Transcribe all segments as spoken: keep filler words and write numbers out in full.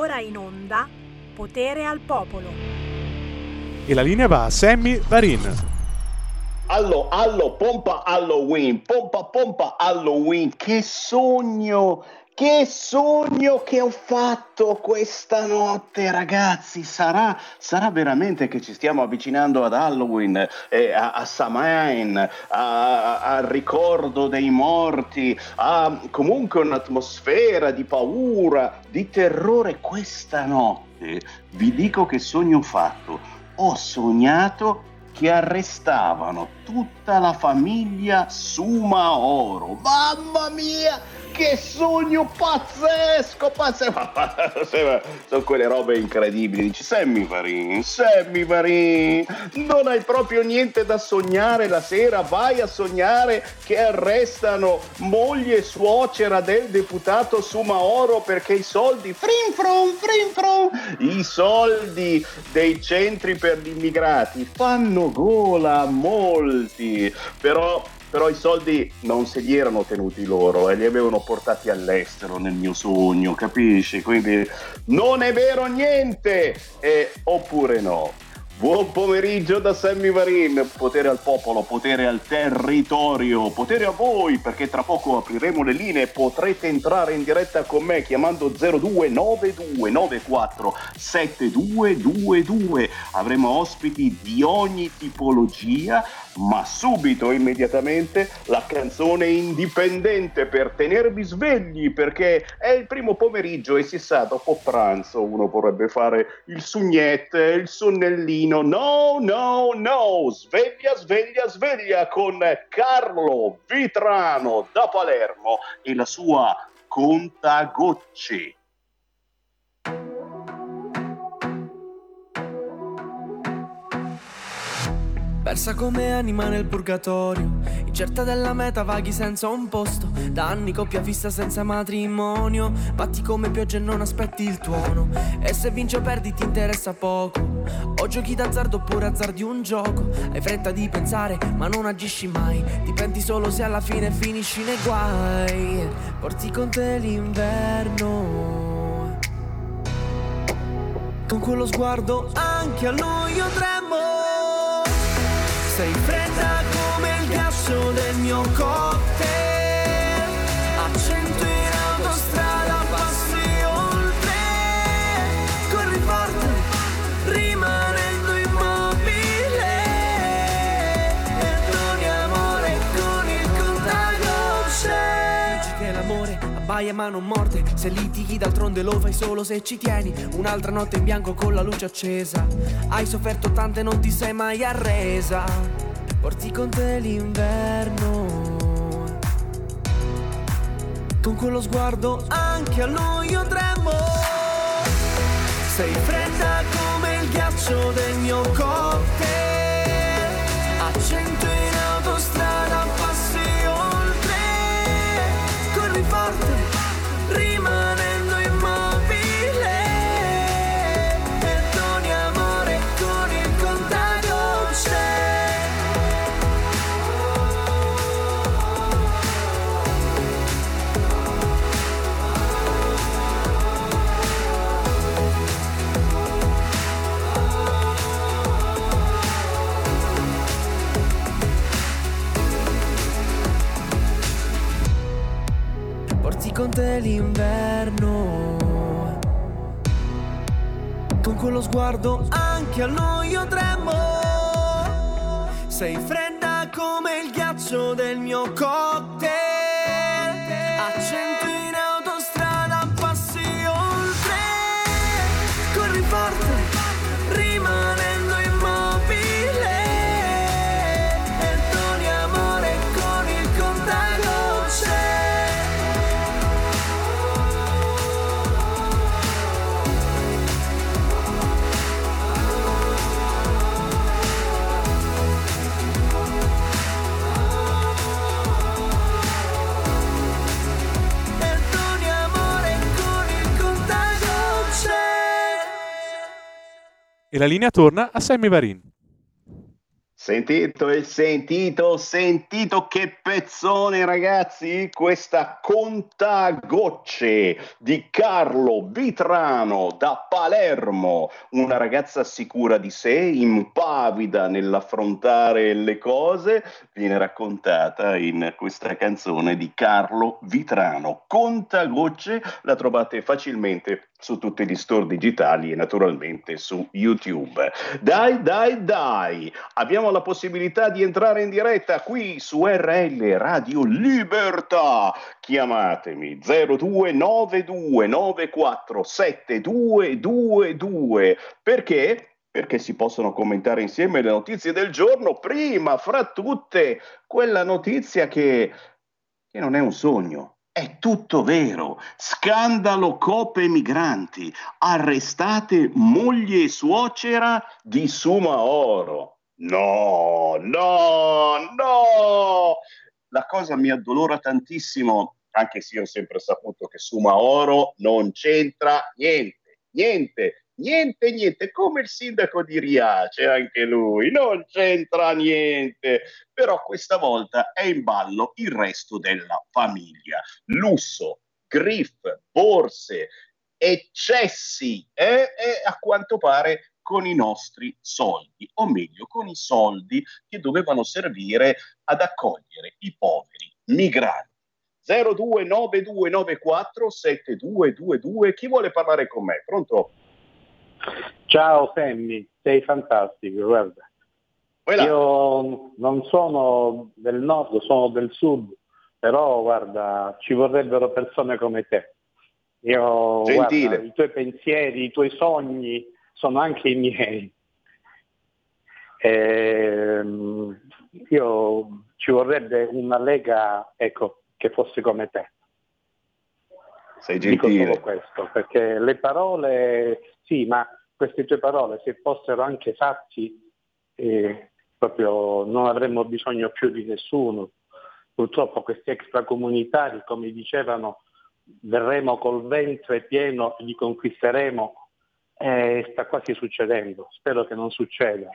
ora in onda Potere al Popolo. E la linea va a Sammy Varin. Allo, allo, pompa Halloween, pompa, pompa Halloween, che sogno, che sogno che ho fatto questa notte, ragazzi, sarà, sarà veramente che ci stiamo avvicinando ad Halloween, eh, a, a Samhain, a- a- al ricordo dei morti, a comunque un'atmosfera di paura, di terrore questa notte. Vi dico che sogno ho fatto, ho sognato che arrestavano tutta la famiglia Sumaoro. Mamma mia, che sogno pazzesco, pazzesco. Sono quelle robe incredibili. Dici, Sammy Varin, Sammy Varin, non hai proprio niente da sognare la sera, vai a sognare che arrestano moglie e suocera del deputato Sumaoro perché i soldi, frin fron, frin fron, i soldi dei centri per gli immigrati fanno gola a molti, però però i soldi non se li erano tenuti loro e li avevano portati all'estero nel mio sogno, capisci? Quindi non è vero niente, eh, oppure no. Buon pomeriggio da Sammy Varin, potere al popolo, potere al territorio, potere a voi, perché tra poco apriremo le linee, potrete entrare in diretta con me chiamando zero due nove due nove quattro sette due due due. Avremo ospiti di ogni tipologia, ma subito, immediatamente, la canzone indipendente per tenervi svegli, perché è il primo pomeriggio e si sa, dopo pranzo uno vorrebbe fare il sugnette, il sonnellino. No, no, no, sveglia, sveglia, sveglia con Carlo Vitrano da Palermo e la sua Contagocci. Persa come anima nel purgatorio, incerta della meta, vaghi senza un posto. Da anni coppia fissa senza matrimonio, batti come pioggia e non aspetti il tuono. E se vinci o perdi ti interessa poco, o giochi d'azzardo oppure azzardi un gioco. Hai fretta di pensare ma non agisci mai, ti penti solo se alla fine finisci nei guai. Porti con te l'inverno, con quello sguardo anche a lui io tremo. Sei fredda come il ghiaccio del mio cocktail, accento in autostrada, passi oltre, corri forte, rimanendo immobile, perdoni amore con il contagocce. Dici che l'amore abbaia ma non morde, se litighi d'altronde lo fai solo se ci tieni. Un'altra notte in bianco con la luce accesa, hai sofferto tante non ti sei mai arresa. Porti con te l'inverno, con quello sguardo anche a lui io tremo. Sei fredda come il ghiaccio del mio cocktail, accento in autostrada, passi oltre, corri forte, rimanendo immobile, perdoni amore con il contagocce. Porti con te l'inverno, con quello sguardo anche a lui io tremo. Sei fredda come il ghiaccio del mio cocktail, accento in autostrada, passi oltre, corri forte, rimanendo immobile, perdoni amore con il contagocce. E la linea torna a Sammy Varin. Sentito e sentito, sentito che pezzone ragazzi, questa Contagocce di Carlo Vitrano da Palermo, una ragazza sicura di sé, impavida nell'affrontare le cose, viene raccontata in questa canzone di Carlo Vitrano. Contagocce la trovate facilmente su tutti gli store digitali e naturalmente su YouTube. Dai, dai, dai, abbiamo la possibilità di entrare in diretta qui su R L Radio Libertà. Chiamatemi zero due nove due nove quattro sette due due due. Perché? Perché si possono commentare insieme le notizie del giorno, prima fra tutte quella notizia che, che non è un sogno. È tutto vero. Scandalo coppe migranti. Arrestate moglie e suocera di Sumaoro. No, no, no. La cosa mi addolora tantissimo, anche se io ho sempre saputo che Sumaoro non c'entra niente, niente. Niente, niente, come il sindaco di Riace, anche lui, non c'entra niente, però questa volta è in ballo il resto della famiglia. Lusso, griff, borse, eccessi, eh? E a quanto pare con i nostri soldi, o meglio, con i soldi che dovevano servire ad accogliere i poveri migranti. zero due nove due nove quattro sette due due due, chi vuole parlare con me? Pronto? Ciao Sammy, sei fantastico, guarda. Quella. Io non sono del nord, sono del sud, però guarda, ci vorrebbero persone come te. Io, Gentile. guarda, i tuoi pensieri, i tuoi sogni sono anche i miei. E, io ci vorrebbe una lega, ecco, che fosse come te. Sei gentile. Dico solo questo, perché le parole, sì, ma queste tue parole, se fossero anche fatti, eh, proprio non avremmo bisogno più di nessuno. Purtroppo questi extracomunitari, come dicevano, verremo col ventre pieno e li conquisteremo, eh, sta quasi succedendo. Spero che non succeda.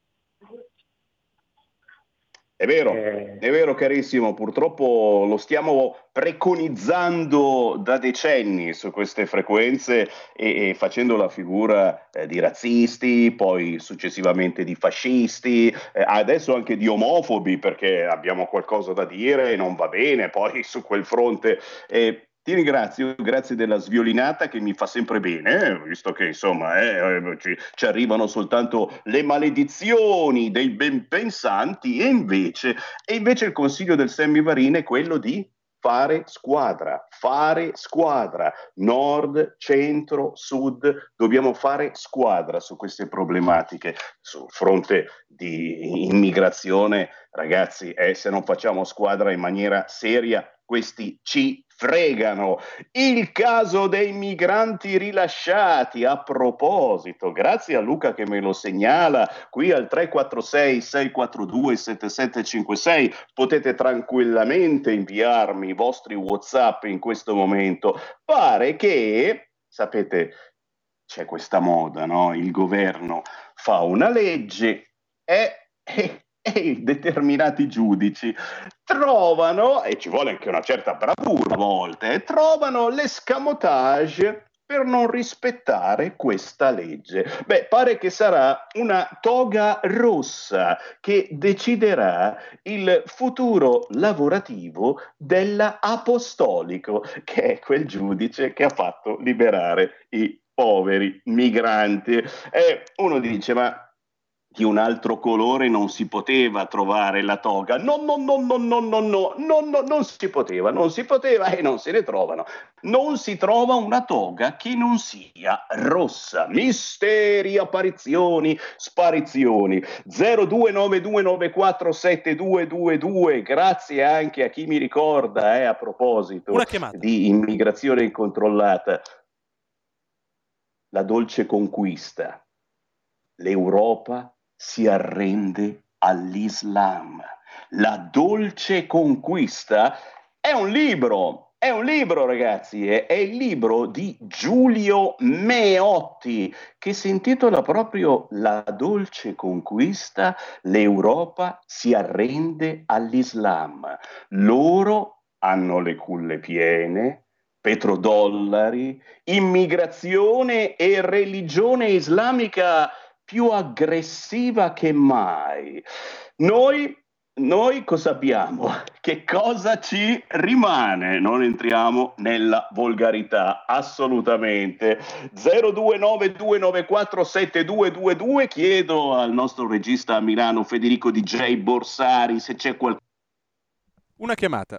È vero, Eh, è vero carissimo, purtroppo lo stiamo preconizzando da decenni su queste frequenze e, e facendo la figura eh, di razzisti, poi successivamente di fascisti, eh, adesso anche di omofobi perché abbiamo qualcosa da dire e non va bene, poi su quel fronte... Eh, Ti ringrazio, grazie della sviolinata che mi fa sempre bene, eh, visto che insomma eh, ci, ci arrivano soltanto le maledizioni dei benpensanti e invece, e invece il consiglio del Sammy Varin è quello di fare squadra, fare squadra, nord, centro, sud, dobbiamo fare squadra su queste problematiche, sul fronte di immigrazione, ragazzi, eh, se non facciamo squadra in maniera seria, questi ci fregano. Il caso dei migranti rilasciati, a proposito, grazie a Luca che me lo segnala, qui al tre quattro sei sei quattro due sette sette cinque sei potete tranquillamente inviarmi i vostri WhatsApp in questo momento. Pare che, sapete, c'è questa moda, no? Il governo fa una legge e... e e determinati giudici trovano, e ci vuole anche una certa bravura a volte, trovano l'escamotage per non rispettare questa legge. Beh, pare che sarà una toga rossa che deciderà il futuro lavorativo dell'Apostolico, che è quel giudice che ha fatto liberare i poveri migranti. E uno dice, ma di un altro colore non si poteva trovare la toga. No, no, no, no, no, no, no, no, no, non si poteva, non si poteva e non se ne trovano. Non si trova una toga che non sia rossa. Misteri, apparizioni, sparizioni. zero due nove due nove quattro sette due due due. Grazie anche a chi mi ricorda, eh, a proposito di immigrazione incontrollata. La dolce conquista. L'Europa si arrende all'Islam. La dolce conquista è un libro, È un libro, ragazzi, è, è il libro di Giulio Meotti che si intitola proprio La dolce conquista, l'Europa si arrende all'Islam. Loro hanno le culle piene, petrodollari, immigrazione e religione islamica più aggressiva che mai. Noi Noi cosa abbiamo? Che cosa ci rimane? Non entriamo nella volgarità, assolutamente. zero due nove due nove quattro sette due due due, chiedo al nostro regista a Milano, Federico D J Borsari, se c'è qualcosa. Una chiamata.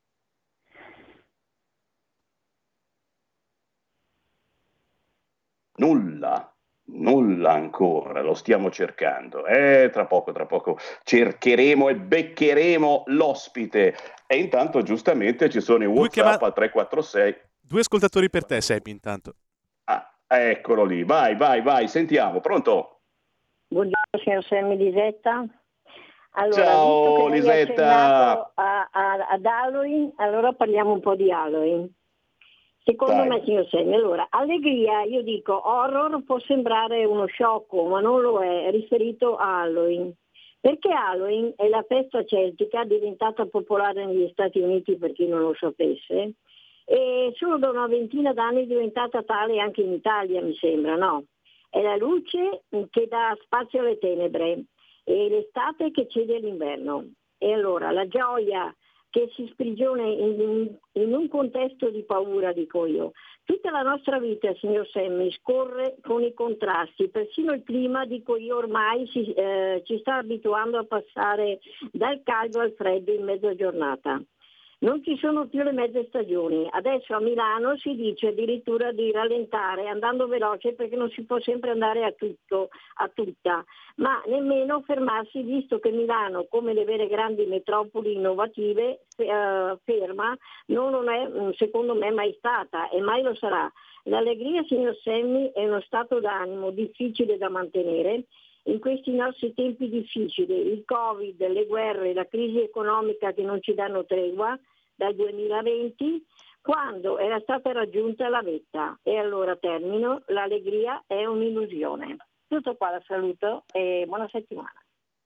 Nulla. Nulla ancora, lo stiamo cercando. Eh, tra poco, tra poco cercheremo e beccheremo l'ospite. E intanto, giustamente, ci sono i Due WhatsApp chiama- al tre quattro sei. Due ascoltatori per te, Seppi, intanto. Ah, eccolo lì. Vai, vai, vai, sentiamo. Pronto? Buongiorno signor Semmi Lisetta. Allora, Ciao, visto che lei ha Lisetta. accennato a- a- ad Halloween, allora parliamo un po' di Halloween. Secondo Dai. me, signor Semmi, allora, allegria, io dico, horror può sembrare uno sciocco, ma non lo è, è riferito a Halloween. Perché Halloween è la festa celtica diventata popolare negli Stati Uniti, per chi non lo sapesse, e solo da una ventina d'anni è diventata tale anche in Italia, mi sembra, no? È la luce che dà spazio alle tenebre e l'estate che cede all'inverno. E allora la gioia che si sprigiona in, in un contesto di paura, dico io. Tutta la nostra vita, signor Semmi, scorre con i contrasti, persino il clima, dico io, ormai si, eh, ci sta abituando a passare dal caldo al freddo in mezza giornata. Non ci sono più le mezze stagioni. Adesso a Milano si dice addirittura di rallentare andando veloce perché non si può sempre andare a tutto, a tutta, ma nemmeno fermarsi, visto che Milano, come le vere grandi metropoli innovative, eh, ferma non, non è secondo me mai stata e mai lo sarà. L'allegria, signor Semmi, è uno stato d'animo difficile da mantenere. In questi nostri tempi difficili, il Covid, le guerre, la crisi economica che non ci danno tregua dal duemilaventi, quando era stata raggiunta la vetta. E allora termino, l'allegria è un'illusione. Tutto qua, la saluto e buona settimana.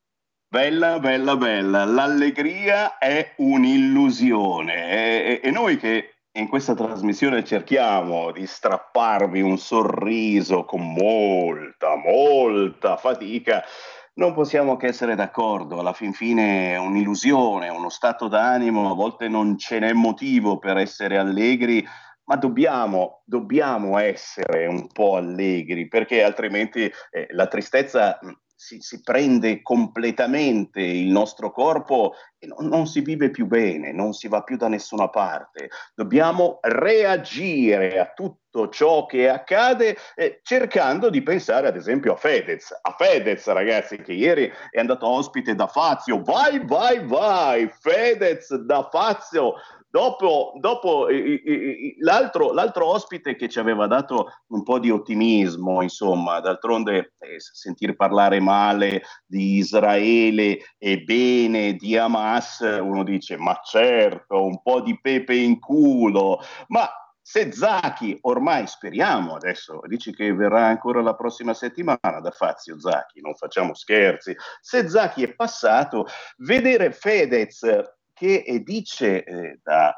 Bella, bella, bella. L'allegria è un'illusione. E, e noi che in questa trasmissione cerchiamo di strapparvi un sorriso con molta, molta fatica, non possiamo che essere d'accordo. Alla fin fine è un'illusione, uno stato d'animo, a volte non ce n'è motivo per essere allegri, ma dobbiamo, dobbiamo essere un po' allegri, perché altrimenti eh, la tristezza mh, si, si prende completamente il nostro corpo e non, non si vive più bene, non si va più da nessuna parte. Dobbiamo reagire a tutto ciò che accade eh, cercando di pensare ad esempio a Fedez, a Fedez ragazzi, che ieri è andato ospite da Fazio. Vai, vai, vai, Fedez da Fazio. Dopo, dopo eh, eh, l'altro, l'altro ospite che ci aveva dato un po' di ottimismo, insomma, d'altronde eh, sentir parlare male di Israele e bene di Hamas, uno dice ma certo, un po' di pepe in culo, ma se Zaki, ormai speriamo, adesso dici che verrà ancora la prossima settimana da Fazio Zaki, non facciamo scherzi, se Zaki è passato, vedere Fedez che dice eh, da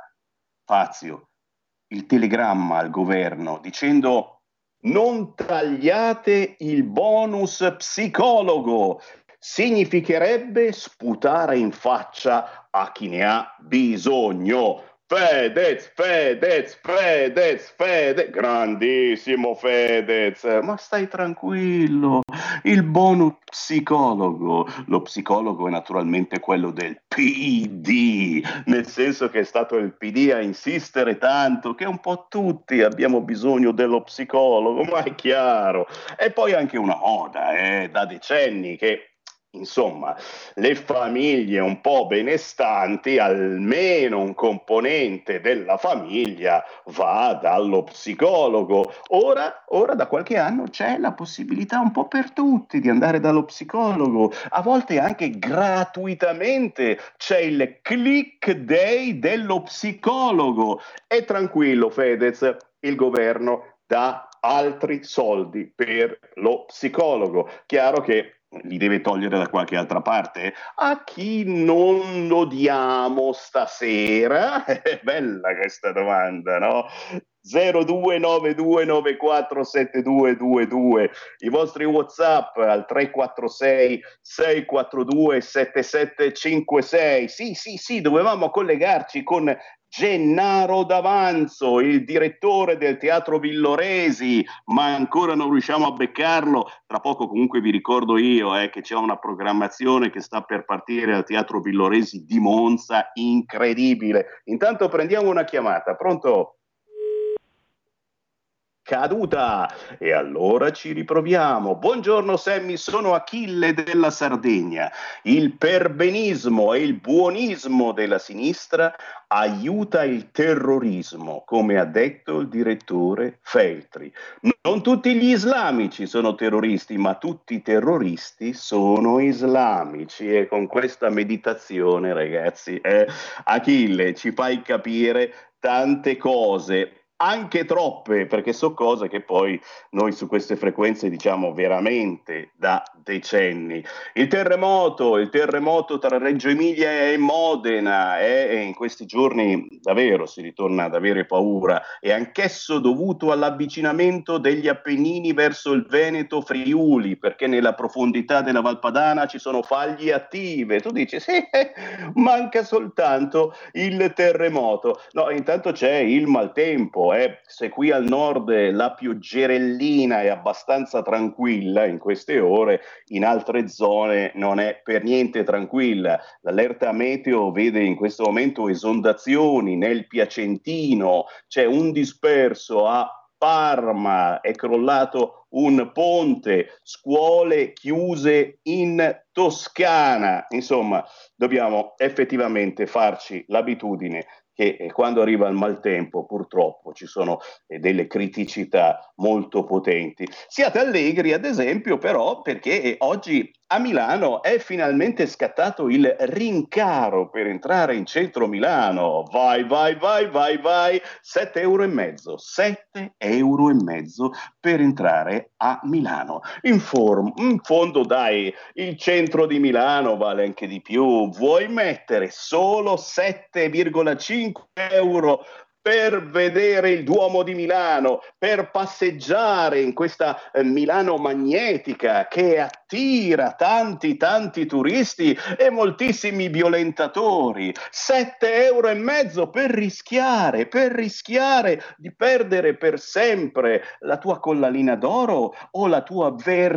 Fazio il telegramma al governo dicendo non tagliate il bonus psicologo, significherebbe sputare in faccia a chi ne ha bisogno. Fedez, Fedez, Fedez, Fedez, grandissimo Fedez, ma stai tranquillo, il bonus psicologo, lo psicologo è naturalmente quello del P D, nel senso che è stato il P D a insistere tanto che un po' tutti abbiamo bisogno dello psicologo, ma è chiaro, e poi anche una moda, eh, da decenni che Insomma, le famiglie un po' benestanti, almeno un componente della famiglia va dallo psicologo. Ora, ora da qualche anno c'è la possibilità un po' per tutti di andare dallo psicologo, a volte anche gratuitamente. C'è il click day dello psicologo. E tranquillo, Fedez, il governo dà altri soldi per lo psicologo. Chiaro che li deve togliere da qualche altra parte? A chi non lo diamo stasera? È bella questa domanda, no? zero due nove due nove quattro sette due due due, i vostri WhatsApp al tre quattro sei sei quattro due sette sette cinque sei. Sì, sì, sì, dovevamo collegarci con Gennaro D'Avanzo, il direttore del Teatro Villoresi, ma ancora non riusciamo a beccarlo. Tra poco comunque vi ricordo io eh, che c'è una programmazione che sta per partire al Teatro Villoresi di Monza, incredibile. Intanto prendiamo una chiamata, pronto? Caduta, e allora ci riproviamo. Buongiorno Sammy, sono Achille della Sardegna. Il perbenismo e il buonismo della sinistra aiuta il terrorismo, come ha detto il direttore Feltri. Non tutti gli islamici sono terroristi, ma tutti i terroristi sono islamici. E con questa meditazione, ragazzi, eh, Achille, ci fai capire tante cose, anche troppe, perché so cose che poi noi su queste frequenze diciamo veramente da decenni. Il terremoto, il terremoto tra Reggio Emilia e Modena, eh, e in questi giorni davvero si ritorna ad avere paura, è anch'esso dovuto all'avvicinamento degli Appennini verso il Veneto Friuli, perché nella profondità della Valpadana ci sono faglie attive. Tu dici sì, manca soltanto il terremoto. No, intanto c'è il maltempo. Eh. Se qui al nord la pioggerellina è abbastanza tranquilla in queste ore, in altre zone non è per niente tranquilla. L'allerta meteo vede in questo momento esondazioni nel Piacentino, c'è un disperso a Parma, è crollato un ponte, scuole chiuse in Toscana. Insomma, dobbiamo effettivamente farci l'abitudine che quando arriva il maltempo purtroppo ci sono eh, delle criticità molto potenti. Siate allegri ad esempio però perché oggi a Milano è finalmente scattato il rincaro per entrare in centro Milano. Vai, vai, vai, vai, vai, sette euro e mezzo, sette euro e mezzo per entrare a Milano. In, form- in fondo dai, il centro di Milano vale anche di più, vuoi mettere solo sette virgola cinque euro per vedere il Duomo di Milano, per passeggiare in questa eh, Milano magnetica che attira tanti tanti turisti e moltissimi violentatori. Sette euro e mezzo per rischiare, per rischiare di perdere per sempre la tua collalina d'oro o la tua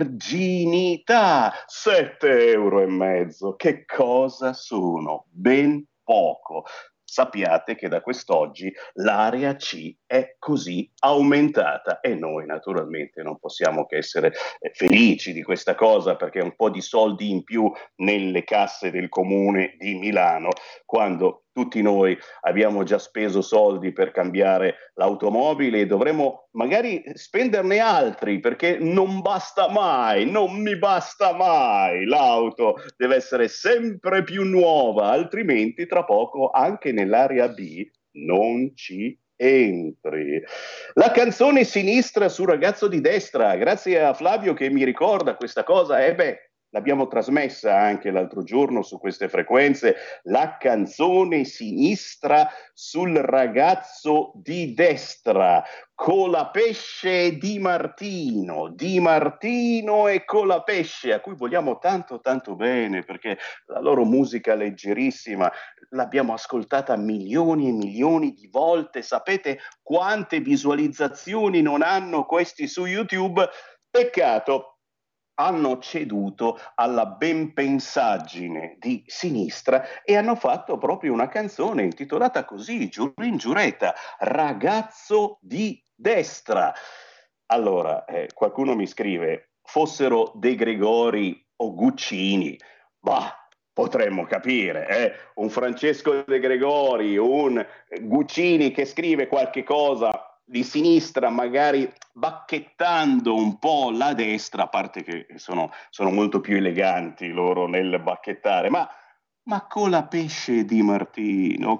verginità. Sette euro e mezzo, che cosa sono? Ben poco. Sappiate che da quest'oggi l'area C è così aumentata e noi naturalmente non possiamo che essere felici di questa cosa, perché è un po' di soldi in più nelle casse del comune di Milano, quando tutti noi abbiamo già speso soldi per cambiare l'automobile e dovremmo magari spenderne altri, perché non basta mai, non mi basta mai, l'auto deve essere sempre più nuova, altrimenti tra poco anche nell'area B non ci entri. La canzone sinistra sul ragazzo di destra, grazie a Flavio che mi ricorda questa cosa, e eh beh, l'abbiamo trasmessa anche l'altro giorno su queste frequenze, la canzone sinistra sul ragazzo di destra, Colapesce e Di Martino, Di Martino e Colapesce, a cui vogliamo tanto tanto bene, perché la loro musica leggerissima l'abbiamo ascoltata milioni e milioni di volte. Sapete quante visualizzazioni non hanno questi su YouTube? Peccato, hanno ceduto alla benpensaggine di sinistra e hanno fatto proprio una canzone intitolata così, giuro in giuretta, Ragazzo di destra. Allora, eh, qualcuno mi scrive, fossero De Gregori o Guccini, bah, potremmo capire, eh? Un Francesco De Gregori, un Guccini che scrive qualche cosa di sinistra, magari bacchettando un po' la destra, a parte che sono, sono molto più eleganti loro nel bacchettare, ma, ma Colapesce Di Martino,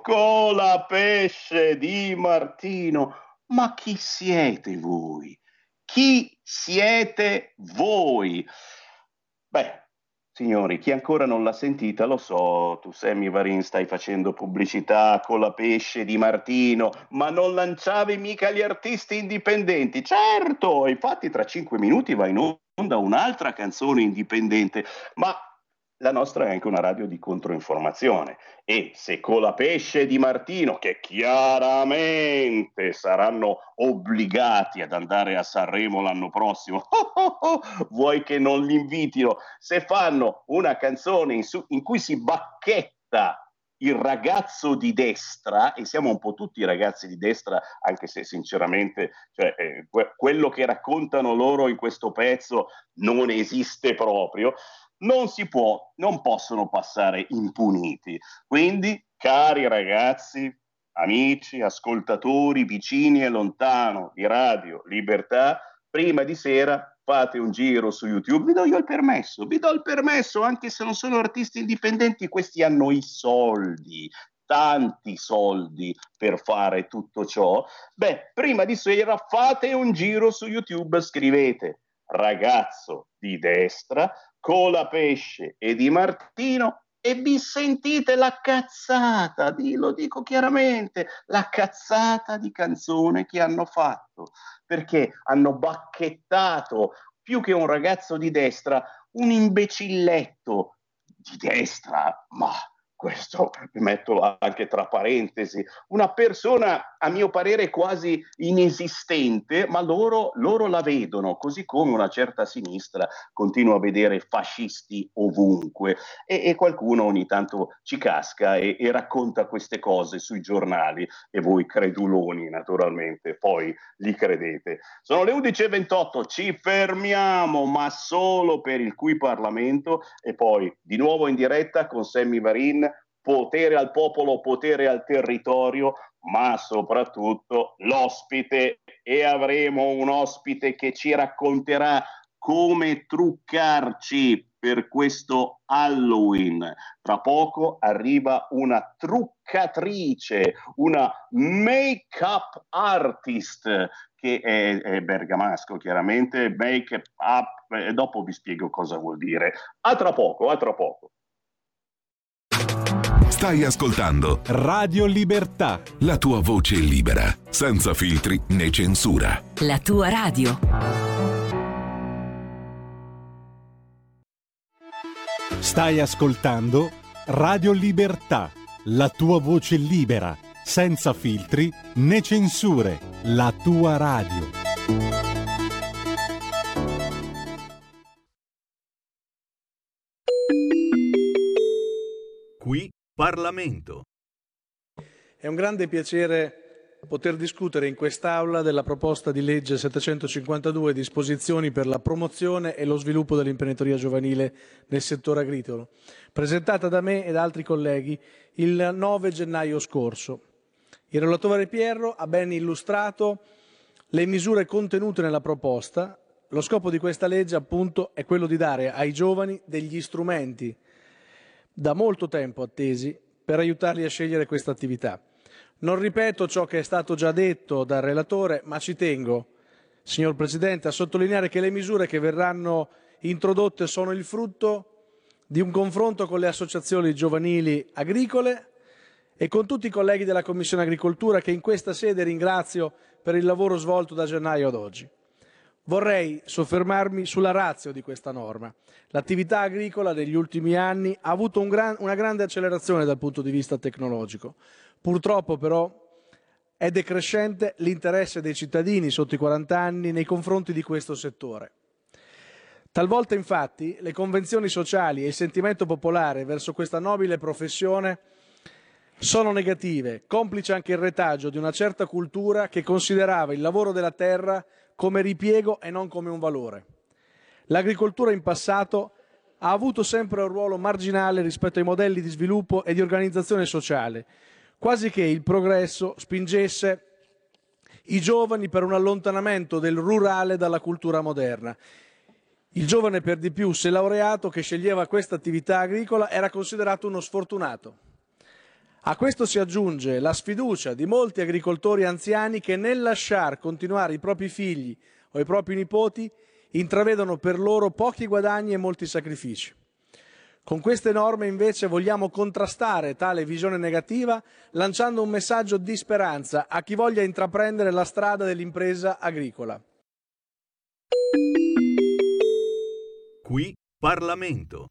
Colapesce Di Martino, ma chi siete voi? Chi siete voi? Beh, signori, chi ancora non l'ha sentita, lo so, tu Sammy Varin stai facendo pubblicità con la pesce Di Martino, ma non lanciavi mica gli artisti indipendenti. Certo, infatti tra cinque minuti va in onda un'altra canzone indipendente, ma la nostra è anche una radio di controinformazione e se Colapesce Di Martino, che chiaramente saranno obbligati ad andare a Sanremo l'anno prossimo, oh oh oh, vuoi che non li invitino, se fanno una canzone in, su- in cui si bacchetta il ragazzo di destra, e siamo un po' tutti ragazzi di destra, anche se sinceramente cioè, eh, que- quello che raccontano loro in questo pezzo non esiste proprio, non si può, non possono passare impuniti. Quindi, cari ragazzi, amici, ascoltatori, vicini e lontano di Radio Libertà, prima di sera fate un giro su YouTube, vi do io il permesso, vi do il permesso, anche se non sono artisti indipendenti, questi hanno i soldi, tanti soldi per fare tutto ciò. Beh, prima di sera fate un giro su YouTube, scrivete ragazzo di destra, Colapesce e Di Martino e vi sentite la cazzata, di, lo dico chiaramente, la cazzata di canzone che hanno fatto, perché hanno bacchettato più che un ragazzo di destra, un imbecilletto di destra, ma questo metto anche tra parentesi, una persona a mio parere quasi inesistente, ma loro, loro la vedono, così come una certa sinistra continua a vedere fascisti ovunque e, e qualcuno ogni tanto ci casca e, e racconta queste cose sui giornali e voi creduloni naturalmente poi li credete. Sono le undici e ventotto, ci fermiamo ma solo per il Qui Parlamento e poi di nuovo in diretta con Sammy Varin, potere al popolo, potere al territorio, ma soprattutto l'ospite, e avremo un ospite che ci racconterà come truccarci per questo Halloween. Tra poco arriva una truccatrice, una make-up artist che è, è bergamasco chiaramente, make-up, e dopo vi spiego cosa vuol dire. A tra poco, a tra poco. Stai ascoltando Radio Libertà, la tua voce libera, senza filtri né censura. La tua radio. Stai ascoltando Radio Libertà, la tua voce libera, senza filtri né censure. La tua radio. Qui Parlamento. È un grande piacere poter discutere in quest'Aula della proposta di legge settecentocinquantadue, disposizioni per la promozione e lo sviluppo dell'imprenditoria giovanile nel settore agricolo, presentata da me e da altri colleghi il nove gennaio scorso. Il relatore Pierro ha ben illustrato le misure contenute nella proposta. Lo scopo di questa legge, appunto, è quello di dare ai giovani degli strumenti da molto tempo attesi per aiutarli a scegliere questa attività. Non ripeto ciò che è stato già detto dal relatore, ma ci tengo, signor Presidente, a sottolineare che le misure che verranno introdotte sono il frutto di un confronto con le associazioni giovanili agricole e con tutti i colleghi della Commissione Agricoltura, che in questa sede ringrazio per il lavoro svolto da gennaio ad oggi. Vorrei soffermarmi sulla ratio di questa norma. L'attività agricola negli ultimi anni ha avuto un gran, una grande accelerazione dal punto di vista tecnologico. Purtroppo però è decrescente l'interesse dei cittadini sotto i quaranta anni nei confronti di questo settore. Talvolta infatti le convenzioni sociali e il sentimento popolare verso questa nobile professione sono negative, complice anche il retaggio di una certa cultura che considerava il lavoro della terra come ripiego e non come un valore. L'agricoltura in passato ha avuto sempre un ruolo marginale rispetto ai modelli di sviluppo e di organizzazione sociale, quasi che il progresso spingesse i giovani per un allontanamento del rurale dalla cultura moderna. Il giovane, per di più, se laureato, che sceglieva questa attività agricola era considerato uno sfortunato. A questo si aggiunge la sfiducia di molti agricoltori anziani che nel lasciar continuare i propri figli o i propri nipoti intravedono per loro pochi guadagni e molti sacrifici. Con queste norme invece vogliamo contrastare tale visione negativa lanciando un messaggio di speranza a chi voglia intraprendere la strada dell'impresa agricola. Qui Parlamento.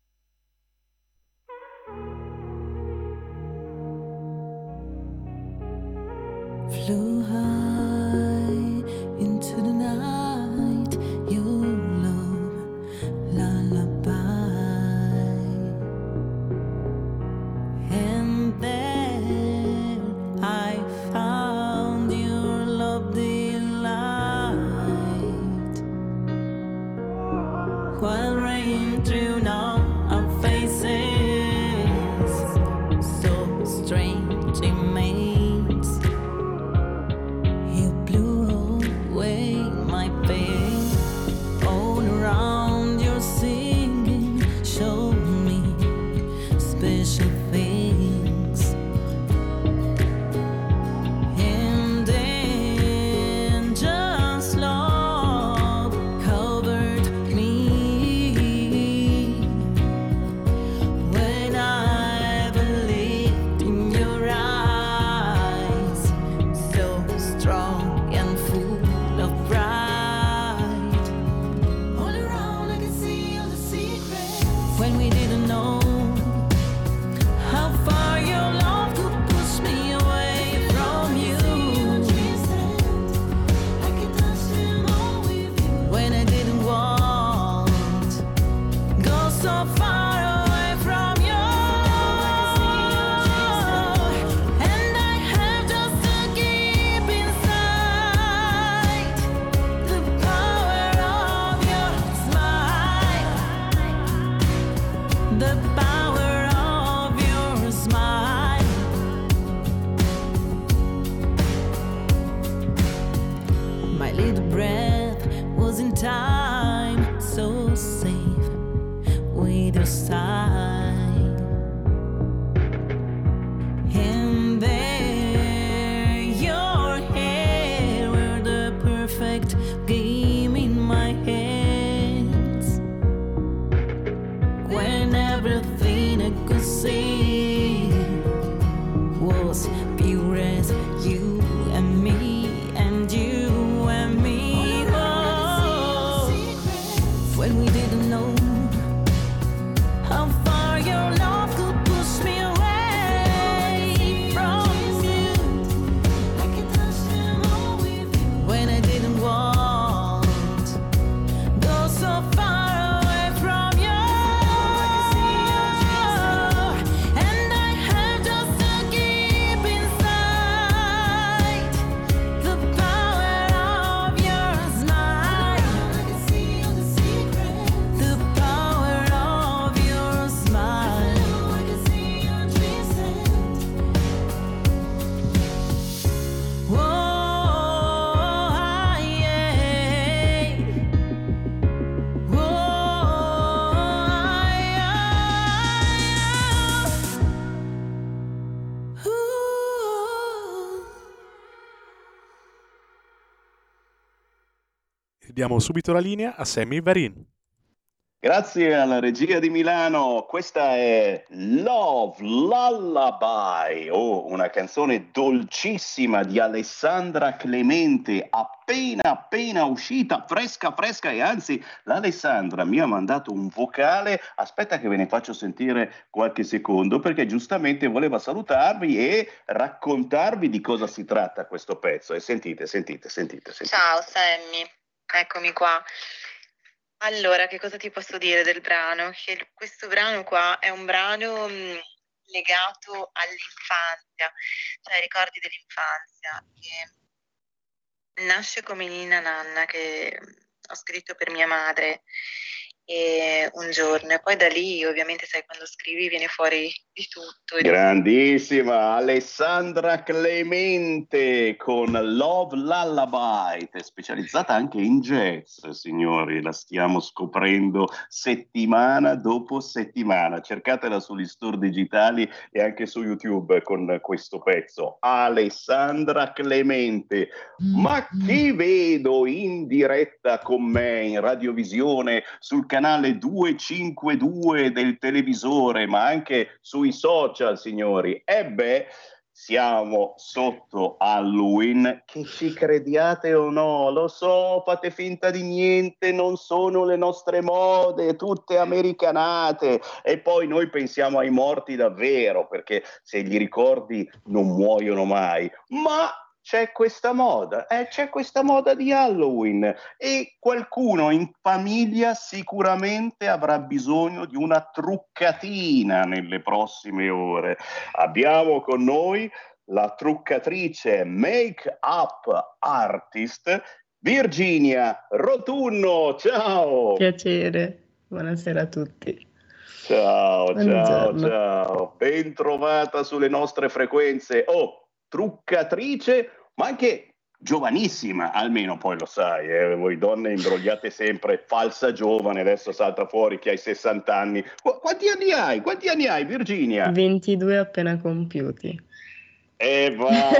Flew high into the night, your love lullaby, and then I found your love delight, while rain threw down our faces, so strange it made. Diamo subito la linea a Sammy Varin. Grazie alla regia di Milano, questa è Love Lullaby, oh, una canzone dolcissima di Alessandra Clemente, appena appena uscita, fresca fresca, e anzi l'Alessandra mi ha mandato un vocale, aspetta che ve ne faccio sentire qualche secondo, perché giustamente voleva salutarvi e raccontarvi di cosa si tratta questo pezzo, e sentite, sentite, sentite, sentite. Ciao Sammy, eccomi qua. Allora, che cosa ti posso dire del brano? Che questo brano qua è un brano mh, legato all'infanzia, cioè ai ricordi dell'infanzia, che nasce come Ninna Nanna, che ho scritto per mia madre, e un giorno, e poi da lì ovviamente sai quando scrivi viene fuori di tutto. e di- Grandissima Alessandra Clemente con Love Lullaby, è specializzata anche in jazz, signori, la stiamo scoprendo settimana dopo settimana. Cercatela sugli store digitali e anche su YouTube con questo pezzo. Alessandra Clemente. Ma chi vedo in diretta con me in radiovisione sul canale duecentocinquantadue del televisore, ma anche sui social, signori? E beh, siamo sotto Halloween, che ci crediate o no, lo so, fate finta di niente, non sono le nostre mode, tutte americanate, e poi noi pensiamo ai morti davvero, perché se li ricordi non muoiono mai, ma c'è questa moda, eh, c'è questa moda di Halloween e qualcuno in famiglia sicuramente avrà bisogno di una truccatina nelle prossime ore. Abbiamo con noi la truccatrice make-up artist Virginia Rotunno. Ciao! Piacere, buonasera a tutti. Ciao, ciao, Buongiorno. ciao, ben trovata sulle nostre frequenze. Oh, truccatrice, ma anche giovanissima, almeno poi lo sai, eh, voi donne imbrogliate sempre, falsa giovane, adesso salta fuori che hai sessanta anni. Qu- quanti anni hai? Quanti anni hai, Virginia? ventidue appena compiuti. E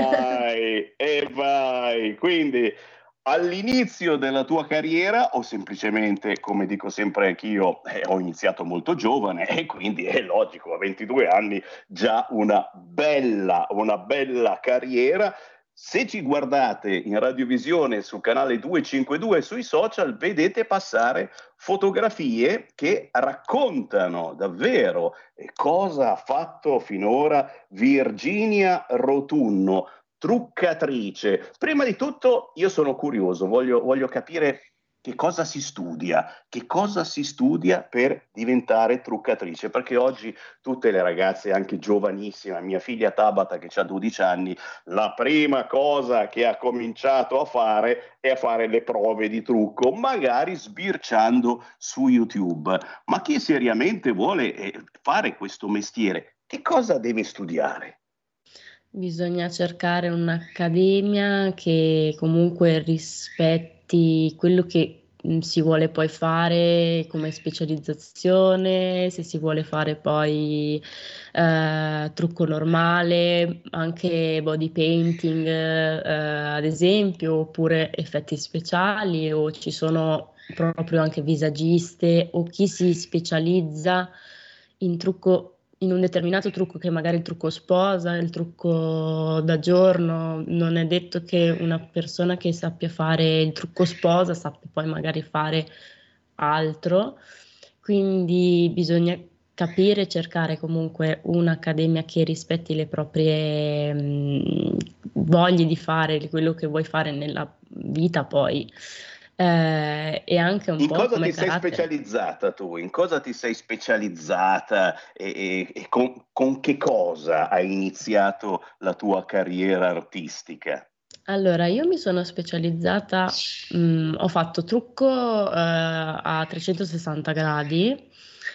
vai, e vai. Quindi all'inizio della tua carriera o semplicemente, come dico sempre anch'io, eh, ho iniziato molto giovane e quindi è logico, a ventidue anni già una bella, una bella carriera. Se ci guardate in radiovisione sul canale duecentocinquantadue e sui social, vedete passare fotografie che raccontano davvero cosa ha fatto finora Virginia Rotunno, truccatrice. Prima di tutto io sono curioso, voglio, voglio capire che cosa si studia, che cosa si studia per diventare truccatrice, perché oggi tutte le ragazze, anche giovanissime, mia figlia Tabata che ha dodici anni, la prima cosa che ha cominciato a fare è a fare le prove di trucco, magari sbirciando su YouTube. Ma chi seriamente vuole eh, fare questo mestiere, che cosa deve studiare? Bisogna cercare un'accademia che comunque rispetti quello che mh, si vuole poi fare come specializzazione, se si vuole fare poi eh, trucco normale, anche body painting, eh, ad esempio, oppure effetti speciali, o ci sono proprio anche visagiste o chi si specializza in trucco, in un determinato trucco che magari il trucco sposa, il trucco da giorno. Non è detto che una persona che sappia fare il trucco sposa sappia poi magari fare altro, quindi bisogna capire e cercare comunque un'accademia che rispetti le proprie mh, voglie di fare quello che vuoi fare nella vita poi. Eh, e anche un In po' cosa come ti sei carattere. specializzata tu? In cosa ti sei specializzata e, e- e con, con che cosa hai iniziato la tua carriera artistica? Allora, io mi sono specializzata, mh, ho fatto trucco eh, a trecentosessanta gradi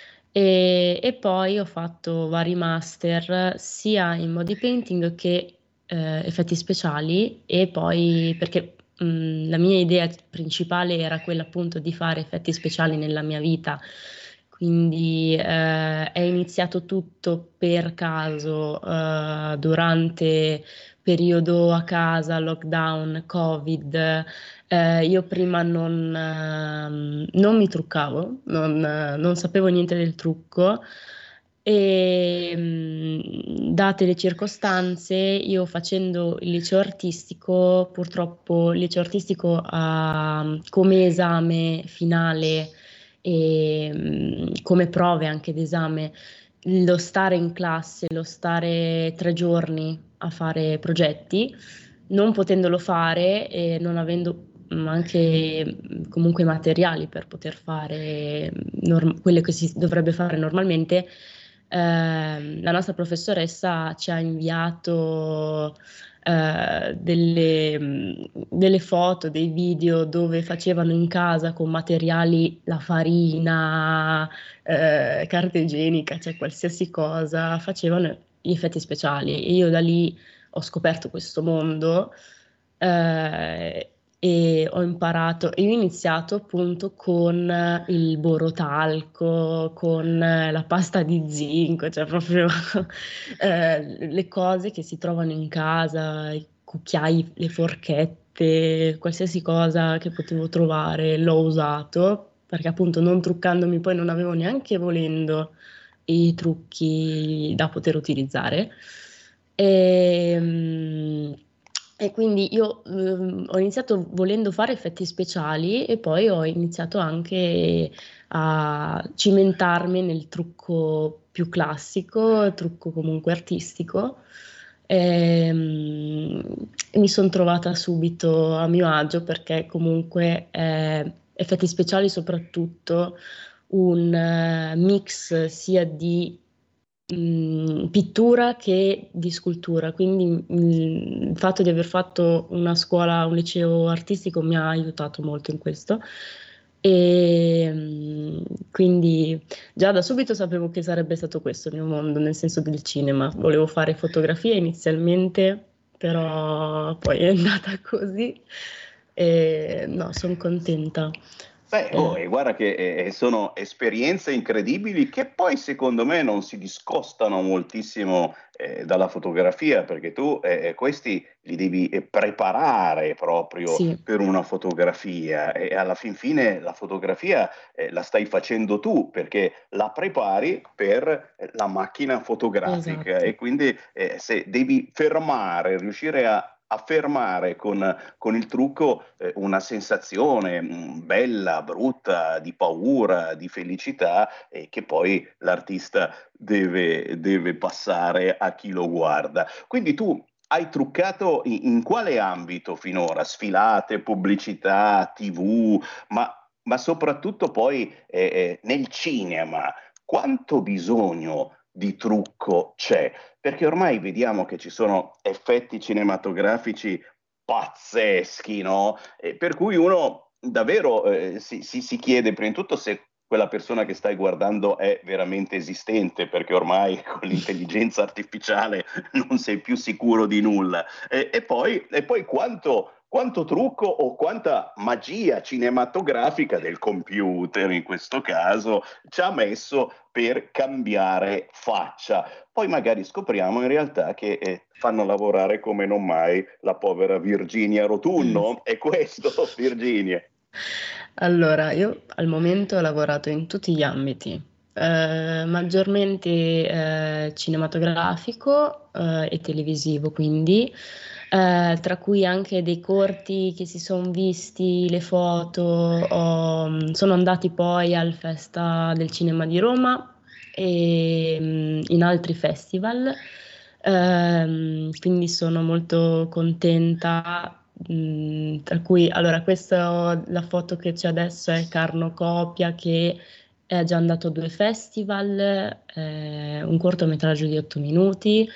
e, e poi ho fatto vari master sia in body painting che eh, effetti speciali, e poi perché mh, la mia idea principale era quella appunto di fare effetti speciali nella mia vita. Quindi eh, è iniziato tutto per caso eh, durante periodo a casa, lockdown, Covid. Eh, io prima non, ehm, non mi truccavo, non, eh, non sapevo niente del trucco e mh, date le circostanze, io facendo il liceo artistico, purtroppo il liceo artistico ha come esame finale e mh, come prove anche d'esame lo stare in classe, lo stare tre giorni a fare progetti, non potendolo fare e non avendo mh, anche mh, comunque materiali per poter fare norm- quello che si dovrebbe fare normalmente. Ehm, la nostra professoressa ci ha inviato eh, delle, mh, delle foto, dei video dove facevano in casa con materiali, la farina, eh, carta igienica, cioè qualsiasi cosa, facevano gli effetti speciali. E io da lì ho scoperto questo mondo, eh, e ho imparato, e ho iniziato appunto con il borotalco, con la pasta di zinco, cioè proprio eh, le cose che si trovano in casa, i cucchiai, le forchette, qualsiasi cosa che potevo trovare l'ho usato, perché appunto non truccandomi poi non avevo neanche volendo i trucchi da poter utilizzare. E, mm, e quindi io ehm, ho iniziato volendo fare effetti speciali e poi ho iniziato anche a cimentarmi nel trucco più classico, trucco comunque artistico. E, mm, e mi sono trovata subito a mio agio perché comunque eh, effetti speciali soprattutto un eh, mix sia di mh, pittura che di scultura, quindi mh, il fatto di aver fatto una scuola, un liceo artistico mi ha aiutato molto in questo. E mh, quindi già da subito sapevo che sarebbe stato questo il mio mondo, nel senso del cinema. Volevo fare fotografia inizialmente, però poi è andata così e no, sono contenta. Beh, oh, e guarda che eh, sono esperienze incredibili che poi secondo me non si discostano moltissimo eh, dalla fotografia, perché tu eh, questi li devi eh, preparare proprio Sì. per una fotografia e alla fin fine la fotografia eh, la stai facendo tu perché la prepari per eh, la macchina fotografica. Esatto. E quindi eh, se devi fermare, riuscire a a fermare con, con il trucco eh, una sensazione mh, bella, brutta, di paura, di felicità, eh, che poi l'artista deve, deve passare a chi lo guarda. Quindi tu hai truccato in, in quale ambito finora? Sfilate, pubblicità, tivù, ma, ma soprattutto poi eh, eh, nel cinema. Quanto bisogno di trucco c'è? Perché ormai vediamo che ci sono effetti cinematografici pazzeschi, no? E per cui uno davvero eh, si, si, si chiede prima di tutto se quella persona che stai guardando è veramente esistente, perché ormai con l'intelligenza artificiale non sei più sicuro di nulla. E, e poi, e poi quanto... quanto trucco o quanta magia cinematografica del computer, in questo caso, ci ha messo per cambiare faccia. Poi magari scopriamo in realtà che eh, fanno lavorare come non mai la povera Virginia Rotunno. È questo, Virginia? Allora, io al momento ho lavorato in tutti gli ambiti, eh, maggiormente eh, cinematografico eh, e televisivo, quindi eh, tra cui anche dei corti che si sono visti, le foto, ho- sono andati poi al Festa del Cinema di Roma e mh, in altri festival. Ehm, quindi sono molto contenta. mh, Tra cui, allora, questa, la foto che c'è adesso è Carno Copia, che è già andato a due festival, eh, un cortometraggio di otto minuti.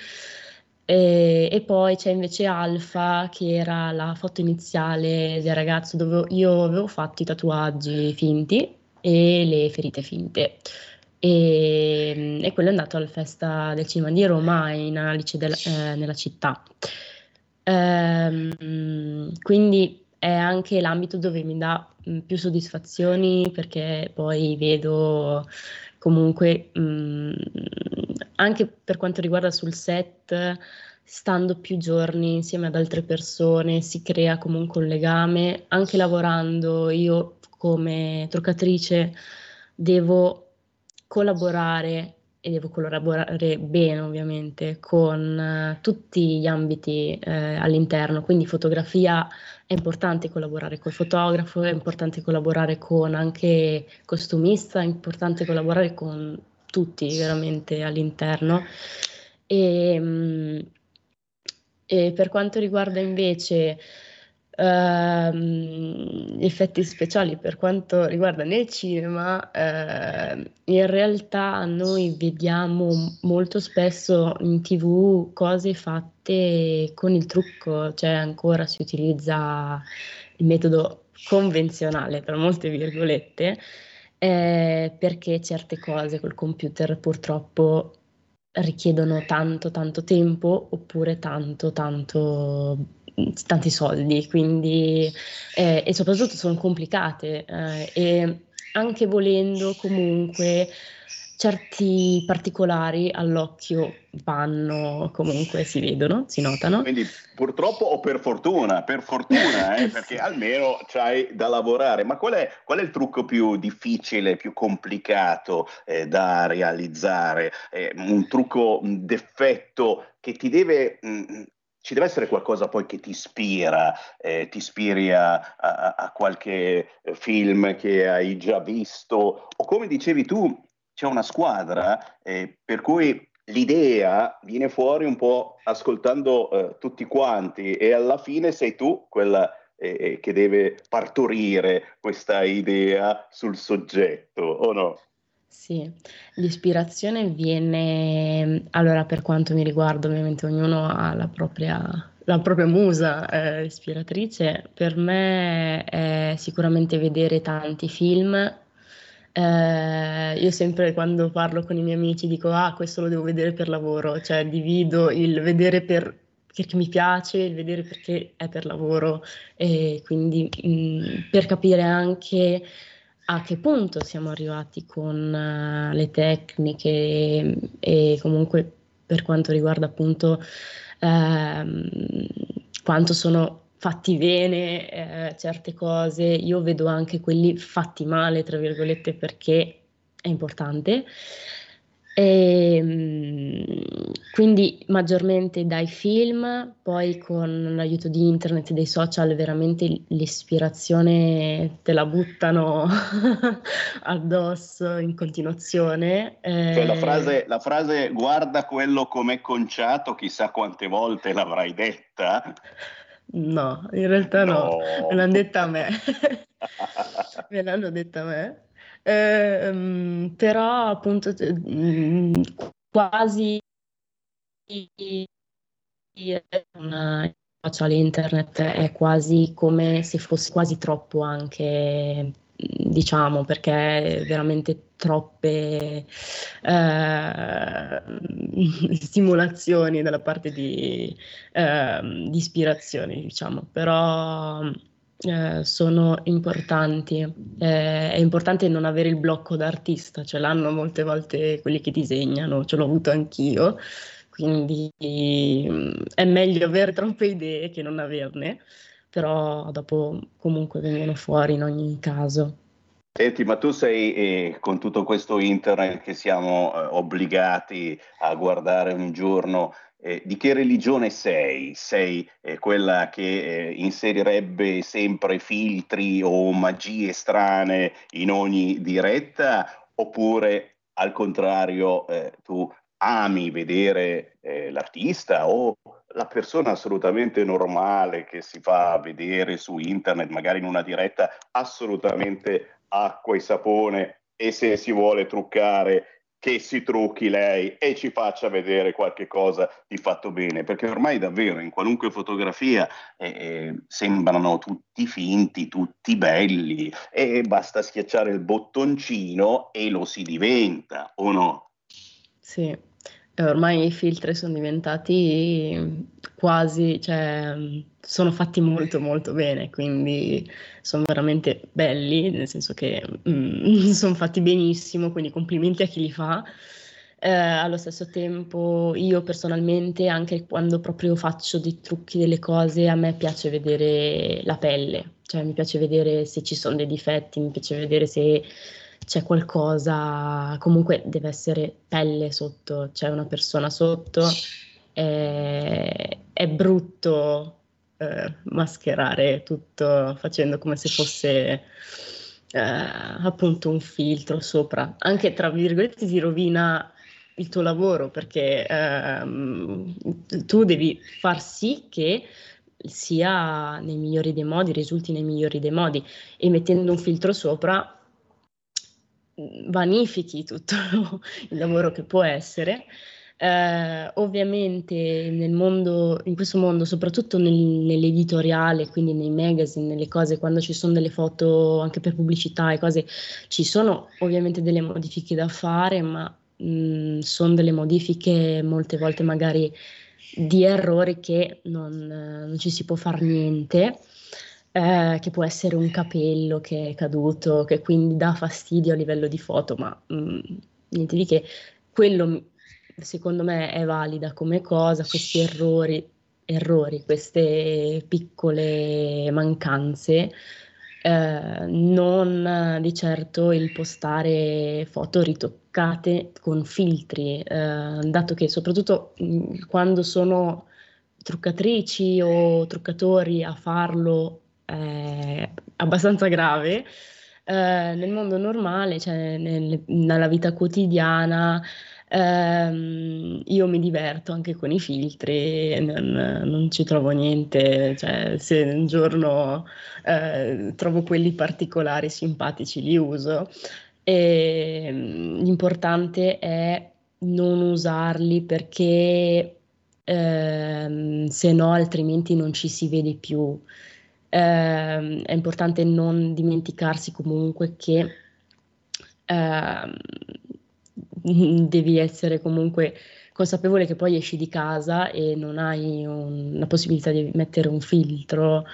E, e poi c'è invece Alfa, che era la foto iniziale del ragazzo dove io avevo fatto i tatuaggi finti e le ferite finte. E, e quello è andato al Festa del Cinema di Roma in Analice del- eh, nella città. Ehm, quindi è anche l'ambito dove mi dà mh, più soddisfazioni perché poi vedo comunque mh, anche per quanto riguarda sul set, stando più giorni insieme ad altre persone, si crea comunque un legame, anche lavorando io come truccatrice devo collaborare e devo collaborare bene ovviamente con eh, tutti gli ambiti eh, all'interno, quindi fotografia è importante collaborare col fotografo, è importante collaborare con anche costumista, è importante collaborare con tutti veramente all'interno. E, mm, e per quanto riguarda invece ehm, gli effetti speciali, per quanto riguarda nel cinema, ehm, in realtà noi vediamo molto spesso in tivù cose fatte volte con il trucco, cioè ancora si utilizza il metodo convenzionale, tra molte virgolette, eh, perché certe cose col computer purtroppo richiedono tanto tanto tempo oppure tanto tanto tanti soldi, quindi eh, e soprattutto sono complicate eh, e anche volendo comunque certi particolari all'occhio vanno, comunque si vedono, si notano. Quindi purtroppo o per fortuna, per fortuna, eh, perché almeno c'hai da lavorare. Ma qual è, qual è il trucco più difficile, più complicato eh, da realizzare? Eh, un trucco, un deffetto che ti deve... Mh, ci deve essere qualcosa poi che ti ispira, eh, ti ispiri a, a, a qualche film che hai già visto, o come dicevi tu, c'è una squadra eh, per cui l'idea viene fuori un po' ascoltando eh, tutti quanti e alla fine sei tu quella eh, che deve partorire questa idea sul soggetto, o no? Sì, l'ispirazione viene, allora per quanto mi riguarda ovviamente ognuno ha la propria, la propria musa eh, ispiratrice, per me è sicuramente vedere tanti film. Eh, io sempre quando parlo con i miei amici dico ah questo lo devo vedere per lavoro, cioè divido il vedere per, perché mi piace, il vedere perché è per lavoro e quindi mh, per capire anche a che punto siamo arrivati con uh, le tecniche e, e comunque per quanto riguarda appunto ehm, quanto sono fatti bene eh, certe cose, io vedo anche quelli fatti male, tra virgolette, perché è importante. E, quindi maggiormente dai film, poi con l'aiuto di internet e dei social veramente l'ispirazione te la buttano addosso in continuazione. Eh, Cioè la frase, la frase guarda quello com'è conciato, chissà quante volte l'avrai detta? No, in realtà no, No. me l'hanno detta a me. Me l'hanno detta a me. Ehm, però appunto t- mh, quasi una social internet è quasi come se fosse quasi troppo anche, diciamo, perché è veramente troppe eh, stimolazioni dalla parte di, eh, di ispirazione, diciamo, però eh, sono importanti. Eh, è importante non avere il blocco d'artista, ce l'hanno molte volte quelli che disegnano, ce l'ho avuto anch'io, quindi mh, è meglio avere troppe idee che non averne, però dopo comunque vengono fuori in ogni caso. Senti, ma tu sei, eh, con tutto questo internet che siamo eh, obbligati a guardare ogni giorno, eh, di che religione sei? Sei eh, quella che eh, inserirebbe sempre filtri o magie strane in ogni diretta, oppure al contrario eh, tu ami vedere eh, l'artista o la persona assolutamente normale che si fa vedere su internet, magari in una diretta assolutamente acqua e sapone, e se si vuole truccare che si trucchi lei e ci faccia vedere qualche cosa di fatto bene, perché ormai davvero in qualunque fotografia eh, eh, sembrano tutti finti, tutti belli e basta schiacciare il bottoncino e lo si diventa, o no? Sì, e ormai i filtri sono diventati quasi, cioè sono fatti molto molto bene, quindi sono veramente belli, nel senso che mm, sono fatti benissimo, quindi complimenti a chi li fa. Eh, allo stesso tempo io personalmente, anche quando proprio faccio dei trucchi, delle cose, a me piace vedere la pelle, cioè mi piace vedere se ci sono dei difetti, mi piace vedere se c'è qualcosa, comunque deve essere pelle sotto, c'è una persona sotto, è, è brutto eh, mascherare tutto facendo come se fosse eh, appunto un filtro sopra, anche tra virgolette ti rovina il tuo lavoro perché ehm, tu devi far sì che sia nei migliori dei modi, risulti nei migliori dei modi, e mettendo un filtro sopra vanifichi tutto il lavoro che può essere, Eh, ovviamente nel mondo, in questo mondo, soprattutto nel- nell'editoriale, quindi nei magazine, nelle cose, quando ci sono delle foto anche per pubblicità e cose, ci sono ovviamente delle modifiche da fare, ma mh, sono delle modifiche molte volte magari di errori che non, eh, non ci si può fare niente, eh, che può essere un capello che è caduto, che quindi dà fastidio a livello di foto, ma mh, niente di che. Quello mi- secondo me è valida come cosa, questi errori, errori, queste piccole mancanze, eh, non eh, di certo il postare foto ritoccate con filtri, eh, dato che soprattutto mh, quando sono truccatrici o truccatori a farlo è abbastanza grave. Eh, nel mondo normale, cioè nel- nella vita quotidiana, ehm, io mi diverto anche con i filtri, non, non ci trovo niente, cioè se un giorno eh, trovo quelli particolari simpatici li uso. E, mm, l'importante è non usarli perché ehm, se no altrimenti non ci si vede più. Ehm, è importante non dimenticarsi comunque che ehm, devi essere comunque consapevole che poi esci di casa e non hai un- la possibilità di mettere un filtro.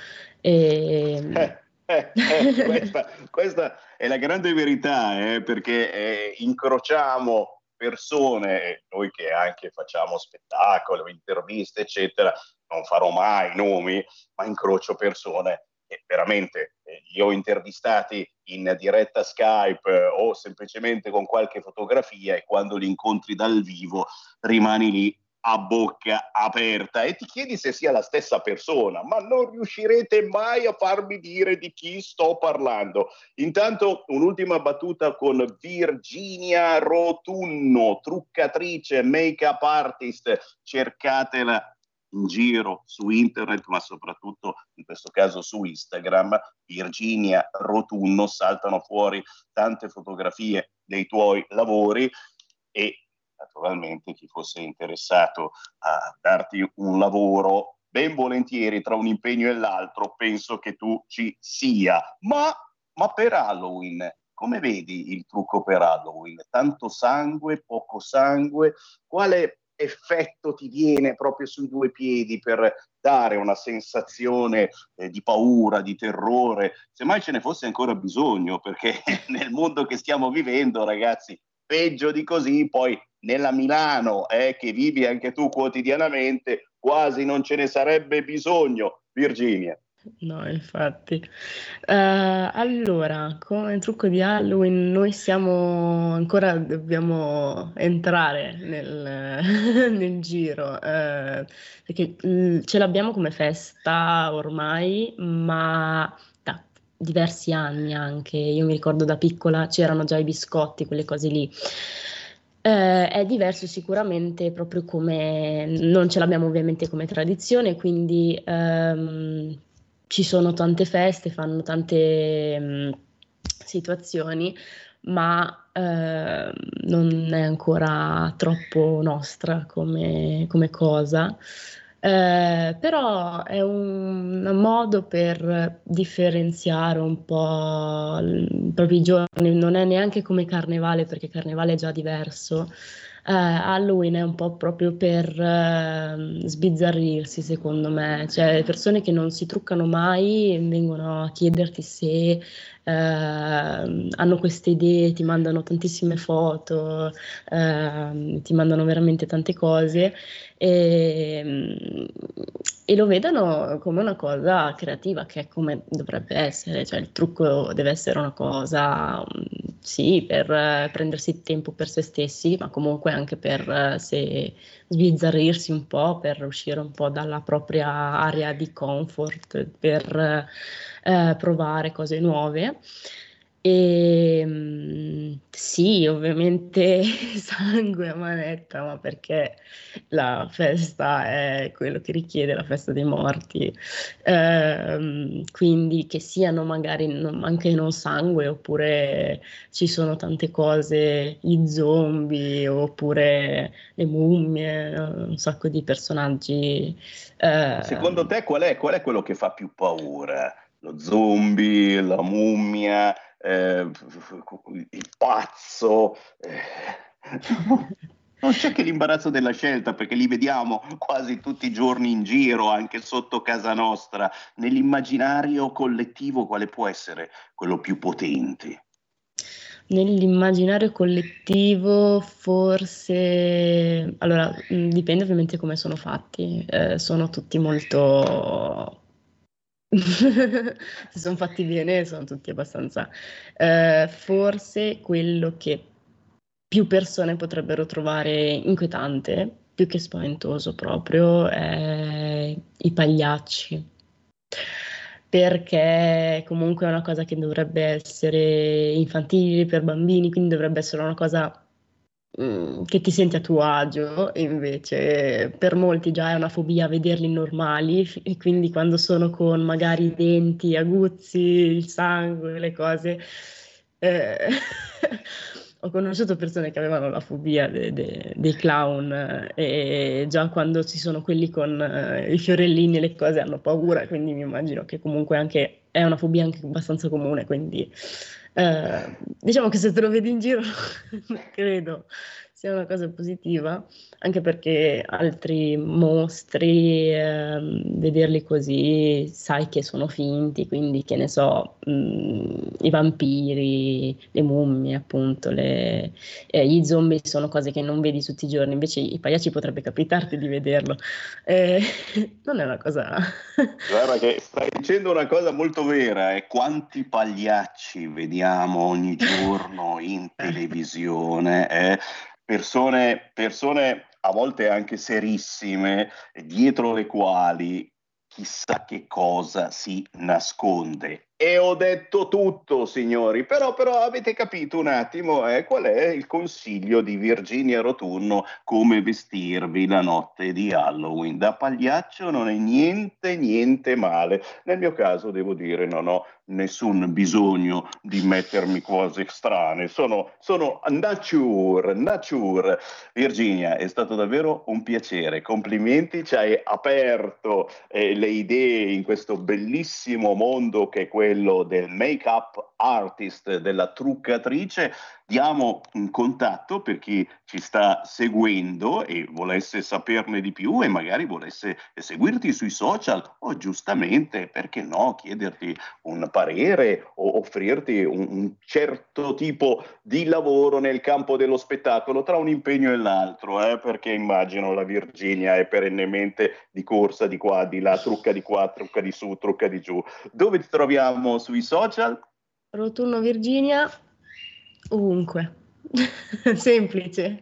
E... Eh, eh, questa, questa è la grande verità, eh, perché eh, incrociamo persone, noi che anche facciamo spettacolo, interviste, eccetera, non farò mai nomi, ma incrocio persone che veramente eh, li ho intervistati in diretta Skype eh, o semplicemente con qualche fotografia, e quando li incontri dal vivo rimani lì a bocca aperta e ti chiedi se sia la stessa persona, ma non riuscirete mai a farmi dire di chi sto parlando. Intanto un'ultima battuta con Virginia Rotunno, truccatrice, make-up artist, cercatela in giro su internet, ma soprattutto in questo caso su Instagram. Virginia Rotunno, saltano fuori tante fotografie dei tuoi lavori e naturalmente chi fosse interessato a darti un lavoro, ben volentieri, tra un impegno e l'altro, penso che tu ci sia. Ma, ma per Halloween, come vedi il trucco per Halloween? Tanto sangue, poco sangue? Quale effetto ti viene proprio sui due piedi per dare una sensazione eh, di paura, di terrore? Semmai ce ne fosse ancora bisogno, perché nel mondo che stiamo vivendo, ragazzi, peggio di così, poi nella Milano eh, che vivi anche tu quotidianamente, quasi non ce ne sarebbe bisogno. Virginia. No, infatti. Eh, allora, come trucco di Halloween, noi siamo ancora, dobbiamo entrare nel, nel giro, eh, perché mm, ce l'abbiamo come festa ormai, ma da diversi anni anche. Io mi ricordo da piccola c'erano già i biscotti, quelle cose lì. Eh, è diverso sicuramente proprio come non ce l'abbiamo ovviamente come tradizione, quindi ehm, ci sono tante feste, fanno tante mh, situazioni, ma ehm, non è ancora troppo nostra come, come cosa. Eh, però è un, un modo per differenziare un po' il- proprio i giorni, non è neanche come Carnevale, perché Carnevale è già diverso. Eh, Halloween è un po' proprio per ehm, sbizzarrirsi, secondo me, cioè persone che non si truccano mai vengono a chiederti se ehm, hanno queste idee, ti mandano tantissime foto, ehm, ti mandano veramente tante cose e, e lo vedono come una cosa creativa, che è come dovrebbe essere, cioè il trucco deve essere una cosa, mm, sì, per eh, prendersi il tempo per se stessi, ma comunque anche per eh, se sbizzarrirsi un po', per uscire un po' dalla propria area di comfort, per eh, provare cose nuove. E mm, sì, ovviamente sangue a manetta, ma perché la festa è quello che richiede la festa dei morti. Ehm, quindi che siano magari non- anche non sangue, oppure ci sono tante cose, gli zombie, oppure le mummie, un sacco di personaggi. Secondo ehm, te qual è, qual è quello che fa più paura? Lo zombie, la mummia, eh, il pazzo? eh. Non c'è che l'imbarazzo della scelta, perché li vediamo quasi tutti i giorni in giro, anche sotto casa nostra. Nell'immaginario collettivo, quale può essere quello più potente? Nell'immaginario collettivo forse, allora, mh, dipende ovviamente come sono fatti, eh, sono tutti molto, se sono fatti bene sono tutti abbastanza, eh, forse quello che più persone potrebbero trovare inquietante, più che spaventoso proprio, è i pagliacci, perché comunque è una cosa che dovrebbe essere infantile per bambini, quindi dovrebbe essere una cosa mm, che ti senti a tuo agio, e invece per molti già è una fobia vederli normali, f- e quindi quando sono con magari i denti aguzzi, il sangue, le cose, eh, ho conosciuto persone che avevano la fobia de- de- dei clown, eh, e già quando ci sono quelli con eh, i fiorellini e le cose hanno paura, quindi mi immagino che comunque anche è una fobia anche abbastanza comune, quindi eh, diciamo che se te lo vedi in giro non credo sia una cosa positiva, anche perché altri mostri, ehm, vederli così, sai che sono finti, quindi che ne so, mh, i vampiri, le mummie, appunto, le- eh, gli zombie sono cose che non vedi tutti i giorni, invece i pagliacci potrebbe capitarti di vederlo. Eh, non è una cosa... Guarda che stai dicendo una cosa molto vera, e quanti pagliacci vediamo ogni giorno in televisione, eh? Persone, persone a volte anche serissime, dietro le quali chissà che cosa si nasconde. E ho detto tutto, signori, però, però avete capito un attimo eh, qual è il consiglio di Virginia Rotunno, come vestirvi la notte di Halloween. Da pagliaccio non è niente, niente male. Nel mio caso devo dire non ho nessun bisogno di mettermi cose strane, sono, sono nature, nature. Virginia, è stato davvero un piacere, complimenti, ci hai aperto eh, le idee in questo bellissimo mondo che è quello del make-up artist, della truccatrice. Diamo un contatto per chi ci sta seguendo e volesse saperne di più e magari volesse seguirti sui social o giustamente, perché no, chiederti un parere o offrirti un, un certo tipo di lavoro nel campo dello spettacolo tra un impegno e l'altro, eh, perché immagino la Virginia è perennemente di corsa di qua, di là, trucca di qua, trucca di su, trucca di giù. Dove ti troviamo sui social? Rotunno Virginia, ovunque. Semplice.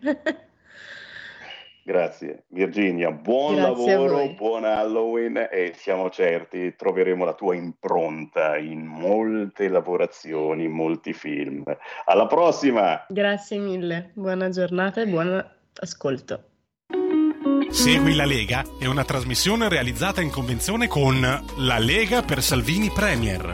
Grazie Virginia, buon Grazie a lavoro, voi. buon Halloween e siamo certi troveremo la tua impronta in molte lavorazioni, in molti film. Alla prossima! Grazie mille, buona giornata e buon ascolto. Segui la Lega è una trasmissione realizzata in convenzione con La Lega per Salvini Premier.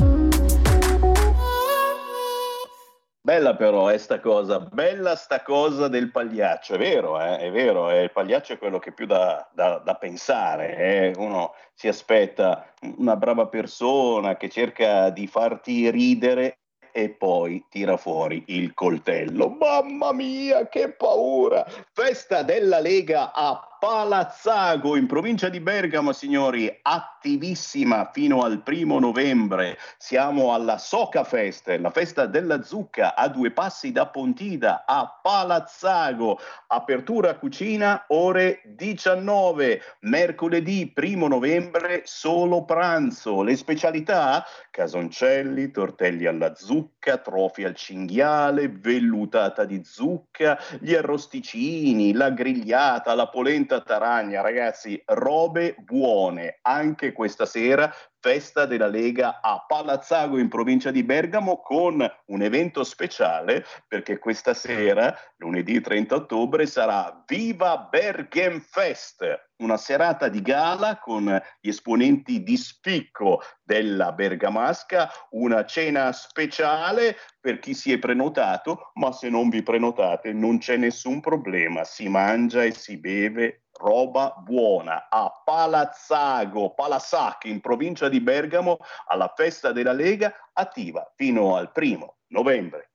Bella però è sta cosa, bella sta cosa del pagliaccio, è vero, eh? È vero, eh? Il pagliaccio è quello che più da, da, da pensare, eh? Uno si aspetta una brava persona che cerca di farti ridere e poi tira fuori il coltello. Mamma mia, che paura! Festa della Lega a Palazzago, in provincia di Bergamo, signori, attivissima fino al primo novembre. Siamo alla Soca Fest, la festa della zucca a due passi da Pontida, a Palazzago. Apertura cucina ore diciannove, mercoledì primo novembre solo pranzo. Le specialità? Casoncelli, tortelli alla zucca, trofi al cinghiale, vellutata di zucca, gli arrosticini, la grigliata, la polenta taragna, ragazzi, robe buone anche questa sera. Festa della Lega a Palazzago in provincia di Bergamo, con un evento speciale, perché questa sera, lunedì trenta ottobre, sarà Viva Bergenfest, una serata di gala con gli esponenti di spicco della bergamasca, una cena speciale per chi si è prenotato, ma se non vi prenotate non c'è nessun problema, si mangia e si beve roba buona a Palazzago, Palassac in provincia di Bergamo, alla Festa della Lega, attiva fino al primo novembre.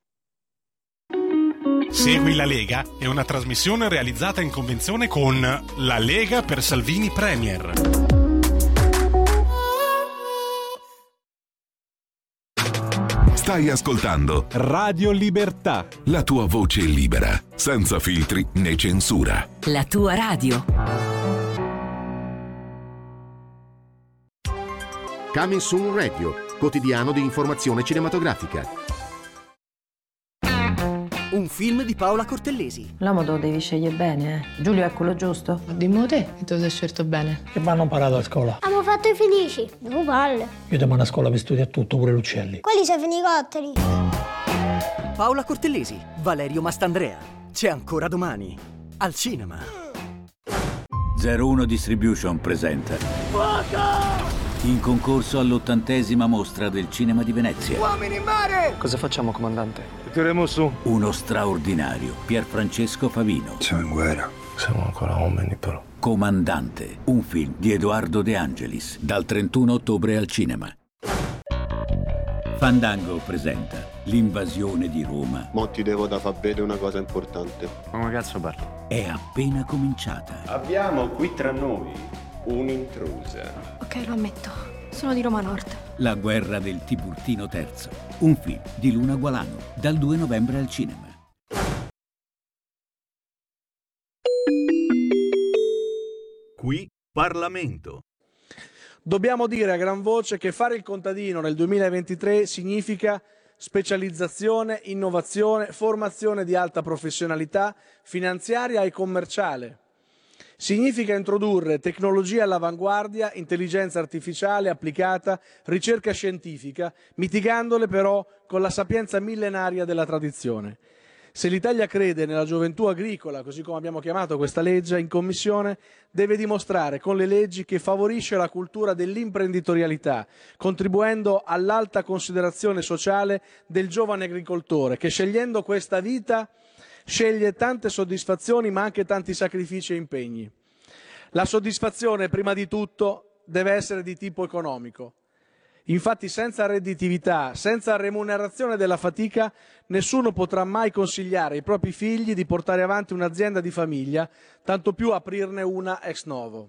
Segui la Lega è una trasmissione realizzata in convenzione con La Lega per Salvini Premier. Stai ascoltando Radio Libertà, la tua voce libera, senza filtri né censura. La tua radio. Coming Soon Radio, quotidiano di informazione cinematografica. Un film di Paola Cortellesi. L'uomo lo devi scegliere bene, eh. Giulio è quello giusto? Dimmi te, che tu sei scelto bene. Che mi hanno imparato a scuola. Abbiamo fatto i felici, non palle. Io domani a scuola vi studio tutto, pure gli uccelli. Quelli sono fenicotteri. Paola Cortellesi, Valerio Mastandrea. C'è ancora domani, al cinema. zero uno Distribution presenta Fuoco! in concorso all'ottantesima mostra del cinema di Venezia. Uomini in mare! Cosa facciamo, comandante? Tireremo su. Uno straordinario Pierfrancesco Favino. Siamo in guerra. Siamo ancora uomini, però. Comandante, un film di Edoardo De Angelis, dal trentuno ottobre al cinema. Fandango presenta l'invasione di Roma. Mo' ti devo da far vedere una cosa importante. Ma come cazzo parli? È appena cominciata. Abbiamo qui tra noi un'intrusa. Ok, lo ammetto. Sono di Roma Nord. La guerra del Tiburtino terzo. Un film di Luna Gualano, dal due novembre al cinema. Qui Parlamento. Dobbiamo dire a gran voce che fare il contadino nel duemilaventitré significa specializzazione, innovazione, formazione di alta professionalità finanziaria e commerciale. Significa introdurre tecnologie all'avanguardia, intelligenza artificiale applicata, ricerca scientifica, mitigandole però con la sapienza millenaria della tradizione. Se l'Italia crede nella gioventù agricola, così come abbiamo chiamato questa legge in Commissione, deve dimostrare con le leggi che favorisce la cultura dell'imprenditorialità, contribuendo all'alta considerazione sociale del giovane agricoltore, che scegliendo questa vita sceglie tante soddisfazioni ma anche tanti sacrifici e impegni. La soddisfazione, prima di tutto, deve essere di tipo economico. Infatti senza redditività, senza remunerazione della fatica, nessuno potrà mai consigliare ai propri figli di portare avanti un'azienda di famiglia, tanto più aprirne una ex novo.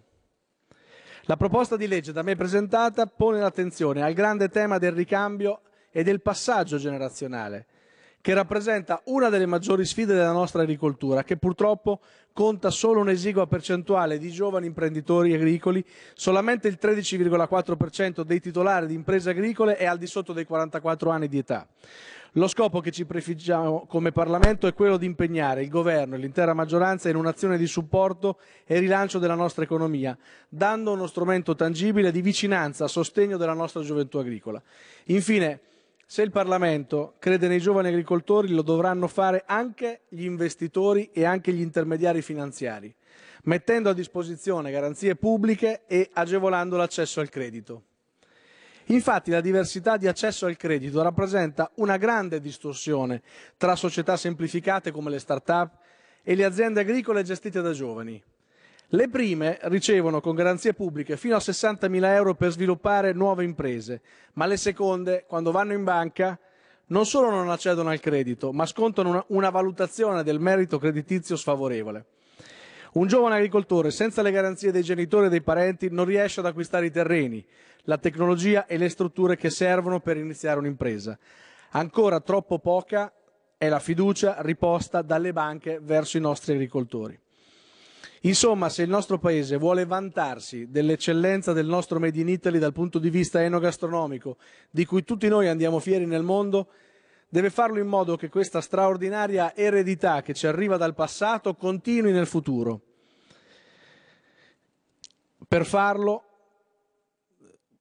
La proposta di legge da me presentata pone l'attenzione al grande tema del ricambio e del passaggio generazionale, che rappresenta una delle maggiori sfide della nostra agricoltura, che purtroppo conta solo un'esigua percentuale di giovani imprenditori agricoli. Solamente il tredici virgola quattro per cento dei titolari di imprese agricole è al di sotto dei quarantaquattro anni di età. Lo scopo che ci prefiggiamo come Parlamento è quello di impegnare il Governo e l'intera maggioranza in un'azione di supporto e rilancio della nostra economia, dando uno strumento tangibile di vicinanza a sostegno della nostra gioventù agricola. Infine, se il Parlamento crede nei giovani agricoltori, lo dovranno fare anche gli investitori e anche gli intermediari finanziari, mettendo a disposizione garanzie pubbliche e agevolando l'accesso al credito. Infatti la diversità di accesso al credito rappresenta una grande distorsione tra società semplificate come le start-up e le aziende agricole gestite da giovani. Le prime ricevono con garanzie pubbliche fino a sessantamila euro per sviluppare nuove imprese, ma le seconde, quando vanno in banca, non solo non accedono al credito, ma scontano una, una valutazione del merito creditizio sfavorevole. Un giovane agricoltore senza le garanzie dei genitori e dei parenti non riesce ad acquistare i terreni, la tecnologia e le strutture che servono per iniziare un'impresa. Ancora troppo poca è la fiducia riposta dalle banche verso i nostri agricoltori. Insomma, se il nostro Paese vuole vantarsi dell'eccellenza del nostro Made in Italy dal punto di vista enogastronomico, di cui tutti noi andiamo fieri nel mondo, deve farlo in modo che questa straordinaria eredità che ci arriva dal passato continui nel futuro. Per farlo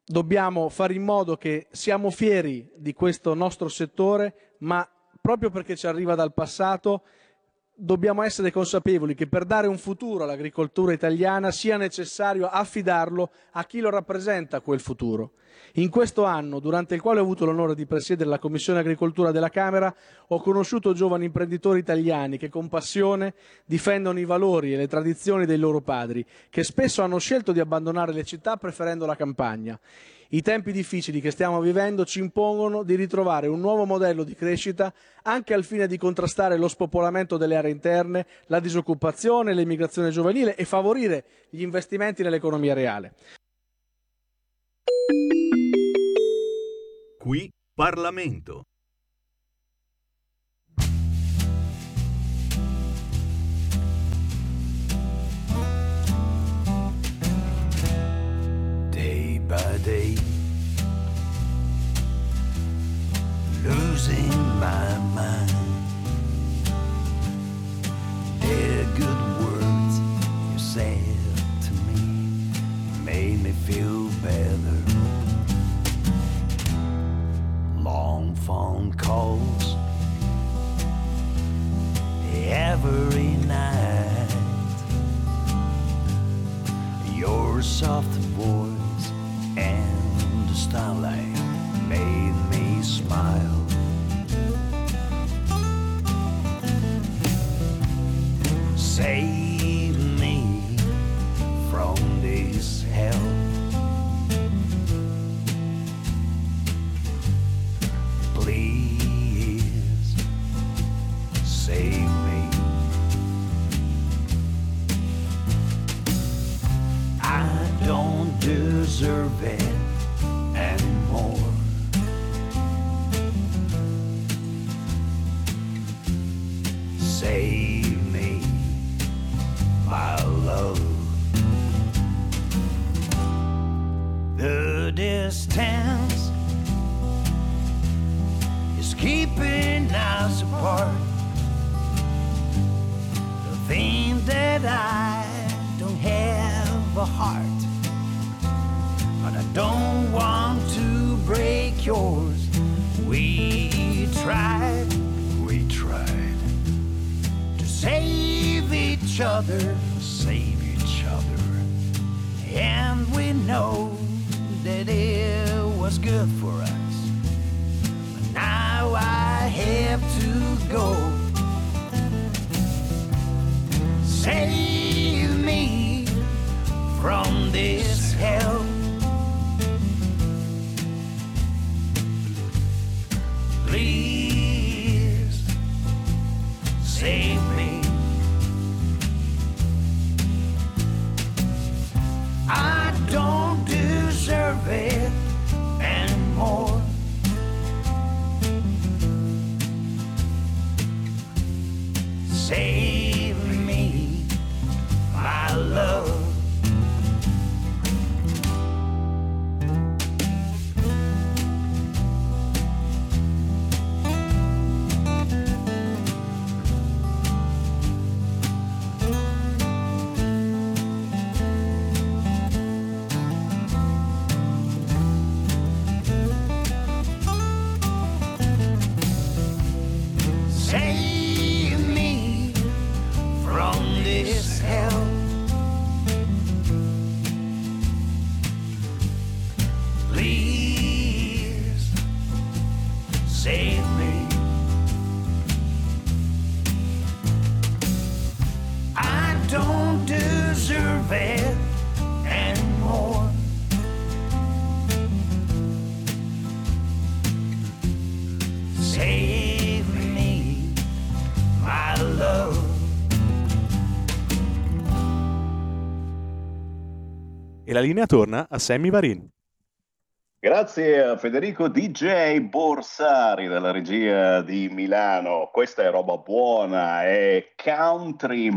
dobbiamo fare in modo che siamo fieri di questo nostro settore, ma proprio perché ci arriva dal passato dobbiamo essere consapevoli che per dare un futuro all'agricoltura italiana sia necessario affidarlo a chi lo rappresenta quel futuro. In questo anno, durante il quale ho avuto l'onore di presiedere la Commissione Agricoltura della Camera, ho conosciuto giovani imprenditori italiani che con passione difendono i valori e le tradizioni dei loro padri, che spesso hanno scelto di abbandonare le città preferendo la campagna. I tempi difficili che stiamo vivendo ci impongono di ritrovare un nuovo modello di crescita anche al fine di contrastare lo spopolamento delle aree interne, la disoccupazione, l'emigrazione giovanile e favorire gli investimenti nell'economia reale. Qui Parlamento. Day by day, losing my mind. The good words you said to me made me feel better. Long phone calls every night. Your soft voice and the starlight made me smile. Save me from this hell. Please save me. I don't deserve it anymore. Save me, my love. The distance is keeping us apart. The thing that I don't have a heart, but I don't want to break yours. We tried, we tried to save each other, save each other, and we know that it was good for us. But now I have to go. Save me from this hell. Please save me. I don't deserve it anymore. Save me, my love. Save me from this hell. Please save me. I don't deserve it anymore. Save me, my love. E la linea torna a Sammy Varin. Grazie a Federico D J Borsari dalla regia di Milano. Questa è roba buona, è country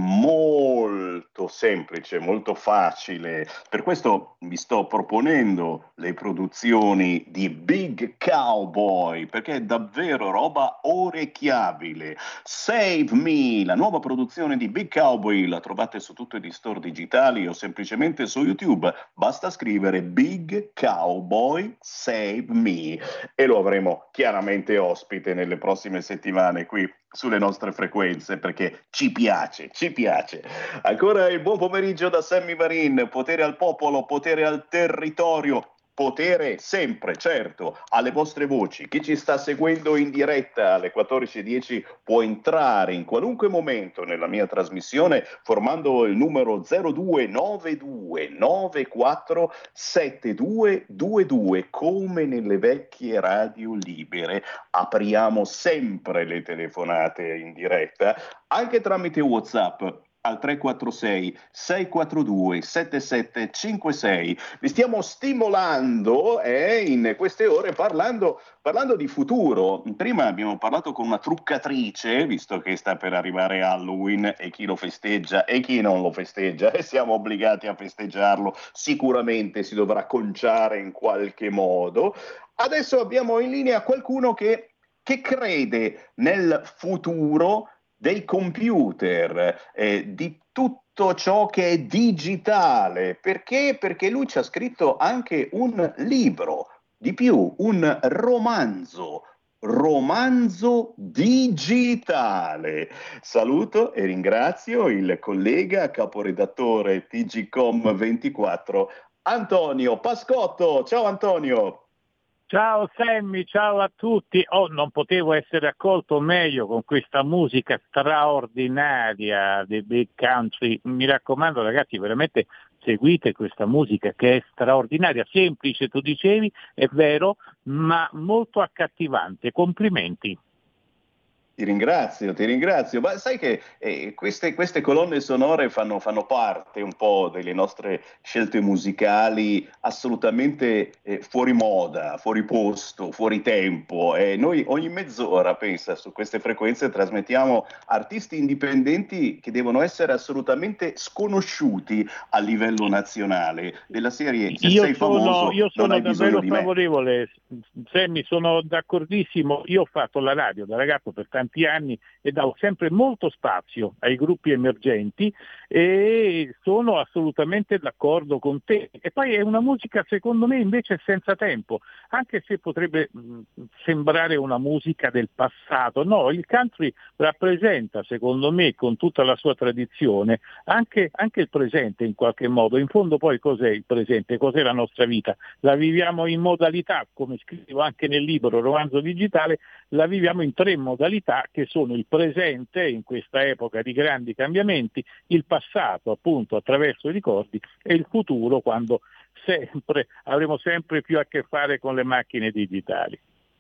molto semplice, molto facile. Per questo vi sto proponendo le produzioni di Big Cowboy, perché è davvero roba orecchiabile. Save Me, la nuova produzione di Big Cowboy, la trovate su tutti gli store digitali o semplicemente su YouTube. Basta scrivere Big Cowboy Save Me e lo avremo chiaramente ospite nelle prossime settimane qui sulle nostre frequenze, perché ci piace, ci piace. Ancora il buon pomeriggio da Sammy Varin. Potere al popolo, potere al territorio, potere sempre, certo, alle vostre voci. Chi ci sta seguendo in diretta alle quattordici e dieci può entrare in qualunque momento nella mia trasmissione formando il numero zero due nove due nove quattro sette due due due, come nelle vecchie radio libere. Apriamo sempre le telefonate in diretta, anche tramite WhatsApp al tre quattro sei sei quattro due sette sette cinque sei. Vi stiamo stimolando eh, in queste ore parlando, parlando di futuro. Prima abbiamo parlato con una truccatrice, visto che sta per arrivare Halloween e chi lo festeggia e chi non lo festeggia, e siamo obbligati a festeggiarlo, sicuramente si dovrà conciare in qualche modo. Adesso abbiamo in linea qualcuno che, che crede nel futuro dei computer, eh, di tutto ciò che è digitale. Perché? Perché lui ci ha scritto anche un libro, di più, un romanzo, romanzo digitale. Saluto e ringrazio il collega caporedattore T G Com ventiquattro, Antonio Pascotto. Ciao Antonio. Ciao Sammy, ciao a tutti. Oh, non potevo essere accolto meglio con questa musica straordinaria di Big Country. Mi raccomando ragazzi, veramente seguite questa musica che è straordinaria, semplice, tu dicevi, è vero, ma molto accattivante. Complimenti. Ti ringrazio, ti ringrazio. Ma sai che eh, queste, queste colonne sonore fanno, fanno parte un po' delle nostre scelte musicali assolutamente eh, fuori moda, fuori posto, fuori tempo. E noi ogni mezz'ora, pensa, su queste frequenze trasmettiamo artisti indipendenti che devono essere assolutamente sconosciuti a livello nazionale. Della serie Se io sei sono, famoso io sono non hai bisogno davvero di me. favorevole, Sammy, sono d'accordissimo. Io ho fatto la radio da ragazzo per tanti anni e davo sempre molto spazio ai gruppi emergenti e sono assolutamente d'accordo con te. E poi è una musica secondo me invece senza tempo, anche se potrebbe mh, sembrare una musica del passato. No, il country rappresenta secondo me con tutta la sua tradizione anche, anche il presente in qualche modo. In fondo poi cos'è il presente? Cos'è la nostra vita? La viviamo in modalità, come scrivo anche nel libro Romanzo Digitale, la viviamo in tre modalità che sono il presente in questa epoca di grandi cambiamenti, il passato appunto attraverso i ricordi e il futuro quando sempre avremo sempre più a che fare con le macchine digitali.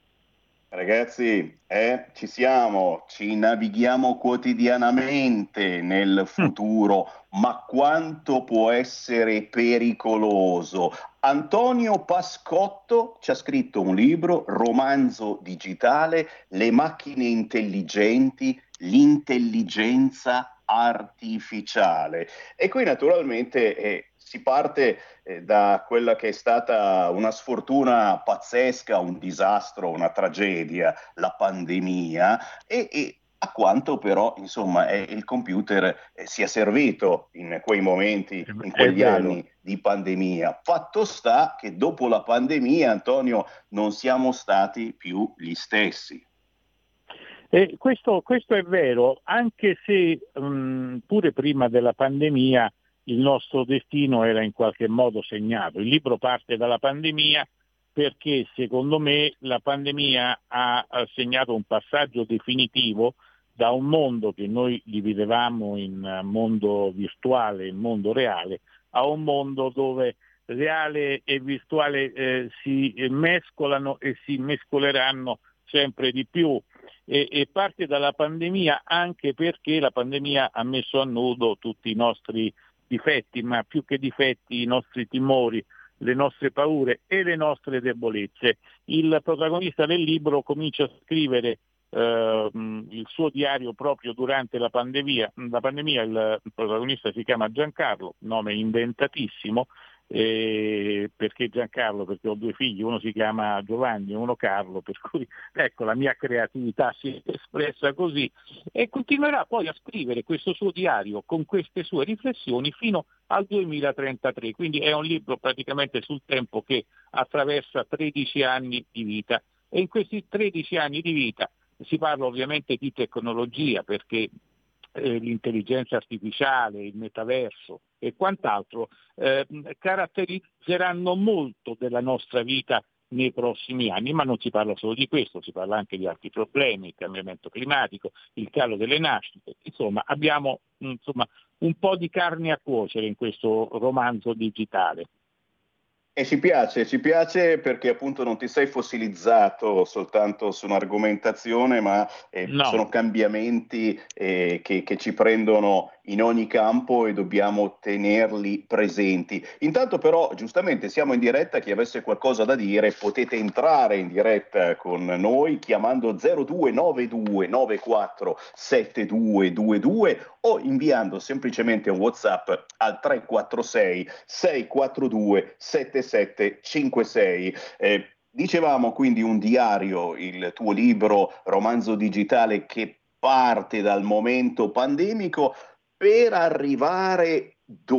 Ragazzi, eh, ci siamo, ci navighiamo quotidianamente nel futuro, ma quanto può essere pericoloso? Antonio Pascotto ci ha scritto un libro, Romanzo Digitale, le macchine intelligenti, l'intelligenza artificiale. E qui naturalmente eh, si parte eh, da quella che è stata una sfortuna pazzesca, un disastro, una tragedia, la pandemia, e, e a quanto però insomma eh, il computer eh, sia servito in quei momenti, in quegli anni di pandemia. Fatto sta che dopo la pandemia, Antonio, non siamo stati più gli stessi. Eh, questo, questo è vero, anche se mh, pure prima della pandemia il nostro destino era in qualche modo segnato. Il libro parte dalla pandemia perché secondo me la pandemia ha, ha segnato un passaggio definitivo da un mondo che noi dividevamo in mondo virtuale e mondo reale a un mondo dove reale e virtuale eh, si mescolano e si mescoleranno sempre di più. E, e parte dalla pandemia anche perché la pandemia ha messo a nudo tutti i nostri difetti, ma più che difetti i nostri timori. le nostre paure e le nostre debolezze. Il protagonista del libro comincia a scrivere Uh, il suo diario proprio durante la pandemia. La pandemia il protagonista si chiama Giancarlo, nome inventatissimo, eh, perché Giancarlo? Perché ho due figli, uno si chiama Giovanni e uno Carlo, per cui ecco la mia creatività si è espressa così, e continuerà poi a scrivere questo suo diario con queste sue riflessioni fino al duemilatrentatré, quindi è un libro praticamente sul tempo che attraversa tredici anni di vita, e in questi tredici anni di vita si parla ovviamente di tecnologia, perché eh, l'intelligenza artificiale, il metaverso e quant'altro eh, caratterizzeranno molto della nostra vita nei prossimi anni, ma non si parla solo di questo, si parla anche di altri problemi, il cambiamento climatico, il calo delle nascite, insomma abbiamo insomma, un po' di carne a cuocere in questo romanzo digitale. E ci piace, ci piace perché appunto non ti sei fossilizzato soltanto su un'argomentazione, ma eh, no. sono cambiamenti eh, che, che ci prendono in ogni campo e dobbiamo tenerli presenti. Intanto però giustamente siamo in diretta, chi avesse qualcosa da dire potete entrare in diretta con noi chiamando zero due nove due nove quattro sette due due due o inviando semplicemente un WhatsApp al tre quattro sei sei quattro due sette sette cinque sei. Eh, dicevamo quindi un diario, il tuo libro, romanzo digitale che parte dal momento pandemico per arrivare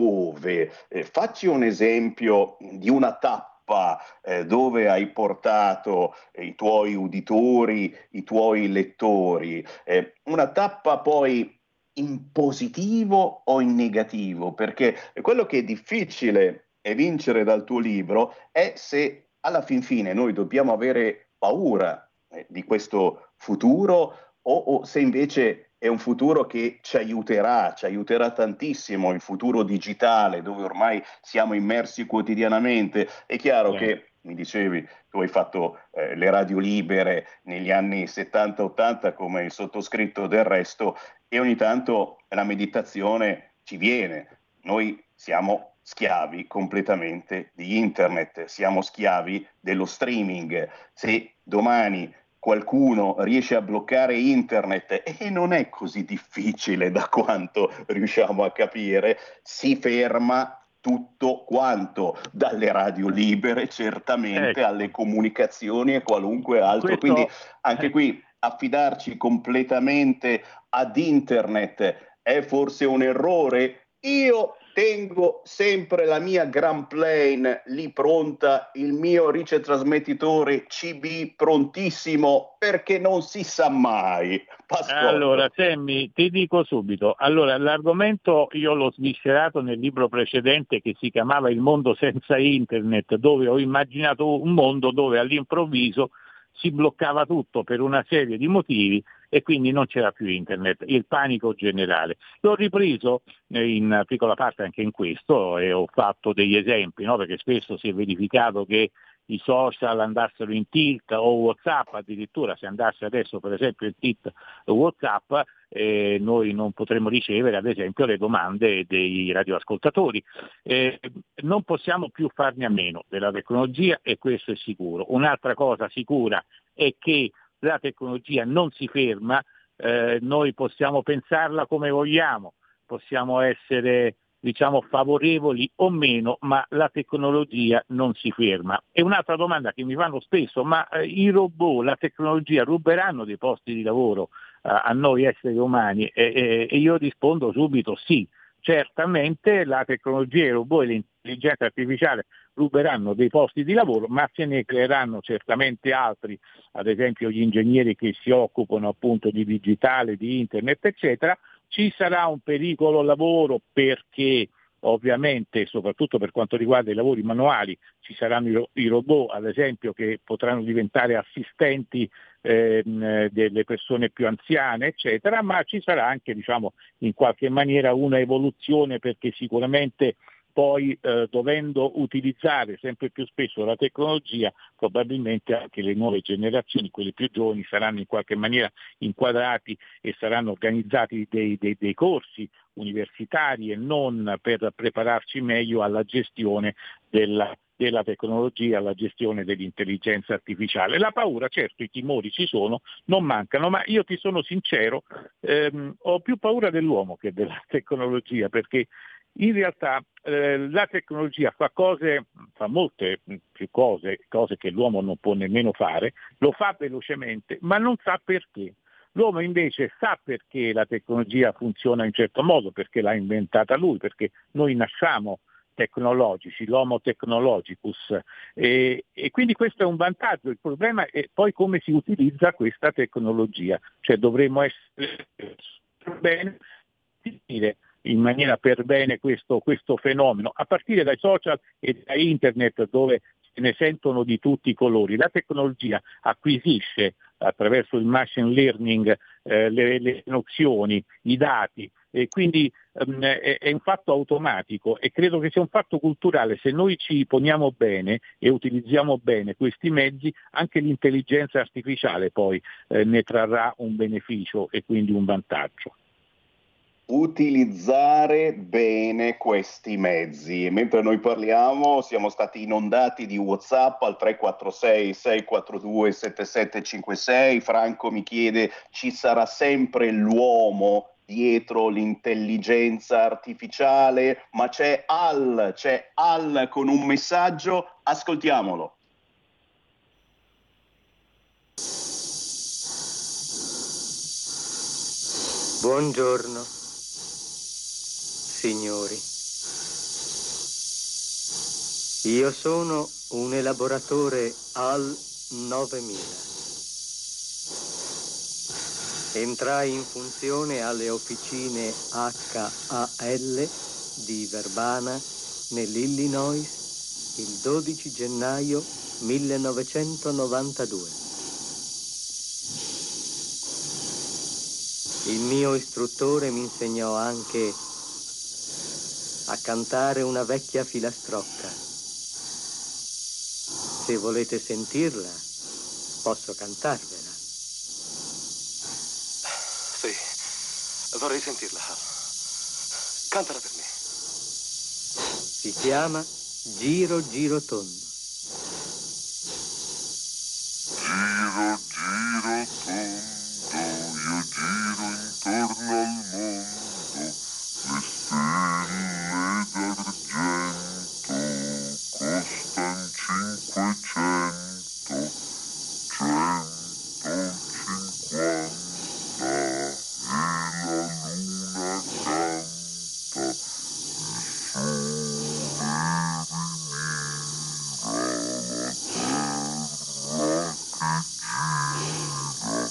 dove? Eh, facci un esempio di una tappa eh, dove hai portato eh, i tuoi uditori, i tuoi lettori, eh, una tappa poi in positivo o in negativo, perché quello che è difficile evincere dal tuo libro è se alla fin fine noi dobbiamo avere paura eh, di questo futuro o, o se invece è un futuro che ci aiuterà, ci aiuterà tantissimo, il futuro digitale dove ormai siamo immersi quotidianamente. È chiaro Sì. che, mi dicevi, tu hai fatto eh, le radio libere negli anni settanta ottanta come il sottoscritto del resto, e ogni tanto la meditazione ci viene. Noi siamo schiavi completamente di internet, siamo schiavi dello streaming. Se domani qualcuno riesce a bloccare internet, e non è così difficile da quanto riusciamo a capire, si ferma tutto quanto, dalle radio libere certamente, ecco. alle comunicazioni e qualunque altro. Questo, Quindi anche eh. qui affidarci completamente ad internet è forse un errore? Io tengo sempre la mia Grand Plane lì pronta, il mio ricetrasmettitore C B prontissimo, perché non si sa mai. Pascotto. Allora, Sammy, ti dico subito, allora l'argomento io l'ho sviscerato nel libro precedente che si chiamava Il mondo senza internet, dove ho immaginato un mondo dove all'improvviso si bloccava tutto per una serie di motivi e quindi non c'era più internet, il panico generale. L'ho ripreso in piccola parte anche in questo e ho fatto degli esempi, no? Perché spesso si è verificato che i social andassero in tilt o WhatsApp, addirittura se andasse adesso per esempio il tilt WhatsApp, eh, noi non potremo ricevere ad esempio le domande dei radioascoltatori. Eh, non possiamo più farne a meno della tecnologia e questo è sicuro. Un'altra cosa sicura è che la tecnologia non si ferma, eh, noi possiamo pensarla come vogliamo, possiamo essere diciamo favorevoli o meno, ma la tecnologia non si ferma. E un'altra domanda che mi fanno spesso, ma eh, i robot, la tecnologia ruberanno dei posti di lavoro eh, a noi esseri umani? E, e, e io rispondo subito sì, certamente la tecnologia, i robot e l'intelligenza artificiale ruberanno dei posti di lavoro, ma se ne creeranno certamente altri, ad esempio gli ingegneri che si occupano appunto di digitale, di internet, eccetera. Ci sarà un pericolo lavoro perché ovviamente, soprattutto per quanto riguarda i lavori manuali, ci saranno i, ro- i robot, ad esempio, che potranno diventare assistenti ehm, delle persone più anziane, eccetera, ma ci sarà anche, diciamo, in qualche maniera una evoluzione perché sicuramente poi eh, dovendo utilizzare sempre più spesso la tecnologia, probabilmente anche le nuove generazioni, quelle più giovani, saranno in qualche maniera inquadrati e saranno organizzati dei, dei, dei corsi universitari e non per prepararci meglio alla gestione della della tecnologia, alla gestione dell'intelligenza artificiale. La paura, certo, i timori ci sono, non mancano, ma io ti sono sincero, ehm, ho più paura dell'uomo che della tecnologia, perché in realtà eh, la tecnologia fa cose, fa molte più cose, cose che l'uomo non può nemmeno fare, lo fa velocemente, ma non sa perché. L'uomo invece sa perché la tecnologia funziona in un certo modo, perché l'ha inventata lui, perché noi nasciamo tecnologici, l'homo technologicus, e, e quindi questo è un vantaggio. Il problema è poi come si utilizza questa tecnologia, cioè dovremmo essere bene in maniera per bene questo, questo fenomeno, a partire dai social e da internet, dove se ne sentono di tutti i colori. La tecnologia acquisisce attraverso il machine learning eh, le, le nozioni, i dati, e quindi um, è, è un fatto automatico, e credo che sia un fatto culturale. Se noi ci poniamo bene e utilizziamo bene questi mezzi, anche l'intelligenza artificiale poi eh, ne trarrà un beneficio e quindi un vantaggio. Utilizzare bene questi mezzi. E mentre noi parliamo siamo stati inondati di WhatsApp al tre quattro sei sei quattro due sette sette cinque sei. Franco mi chiede: ci sarà sempre l'uomo dietro l'intelligenza artificiale? Ma c'è Al, c'è Al con un messaggio, ascoltiamolo. Buongiorno, signori. Io sono un elaboratore AL novemila. Entrai in funzione alle officine H A L di Verbana, nell'Illinois, il dodici gennaio millenovecentonovantadue. Il mio istruttore mi insegnò anche a cantare una vecchia filastrocca. Se volete sentirla, posso cantarvela. Sì, vorrei sentirla. Cantala per me. Si chiama Giro Giro Tondo. Giro, giro, tondo, io giro intorno al mondo, le stelle d'argento costan cinquecento, centocinquanta, e la luna canta, il sole rimira la terra che gira.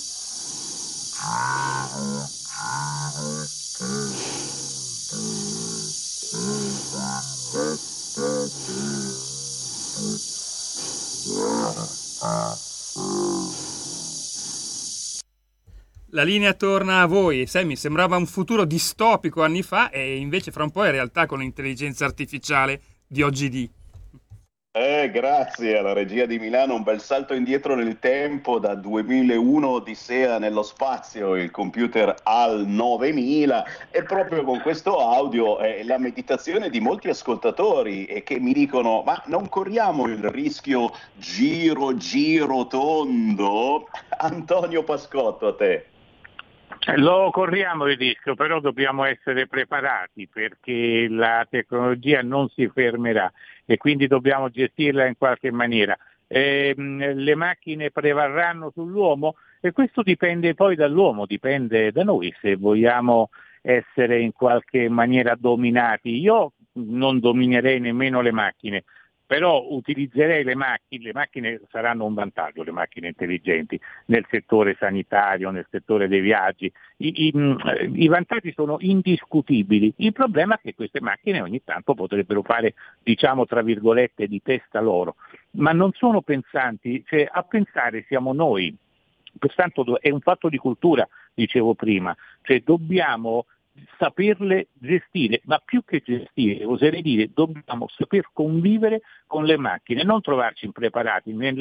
La linea torna a voi. Sammy, sembrava un futuro distopico anni fa, e invece fra un po' è realtà con l'intelligenza artificiale di oggi. Eh, grazie alla regia di Milano, un bel salto indietro nel tempo da duemilauno Odissea nello spazio, il computer AL novemila, e proprio con questo audio è la meditazione di molti ascoltatori e che mi dicono: ma non corriamo il rischio giro giro tondo? Antonio Pascotto, a te. Lo corriamo il rischio, però dobbiamo essere preparati, perché la tecnologia non si fermerà e quindi dobbiamo gestirla in qualche maniera. Eh, le macchine prevarranno sull'uomo, e questo dipende poi dall'uomo, dipende da noi se vogliamo essere in qualche maniera dominati. Io non dominerei nemmeno le macchine, però utilizzerei le macchine, le macchine saranno un vantaggio, le macchine intelligenti, nel settore sanitario, nel settore dei viaggi. I, i, i vantaggi sono indiscutibili. Il problema è che queste macchine ogni tanto potrebbero fare, diciamo tra virgolette, di testa loro, ma non sono pensanti, cioè a pensare siamo noi. Pertanto è un fatto di cultura, dicevo prima, cioè dobbiamo saperle gestire, ma più che gestire, oserei dire, dobbiamo saper convivere con le macchine, non trovarci impreparati nelle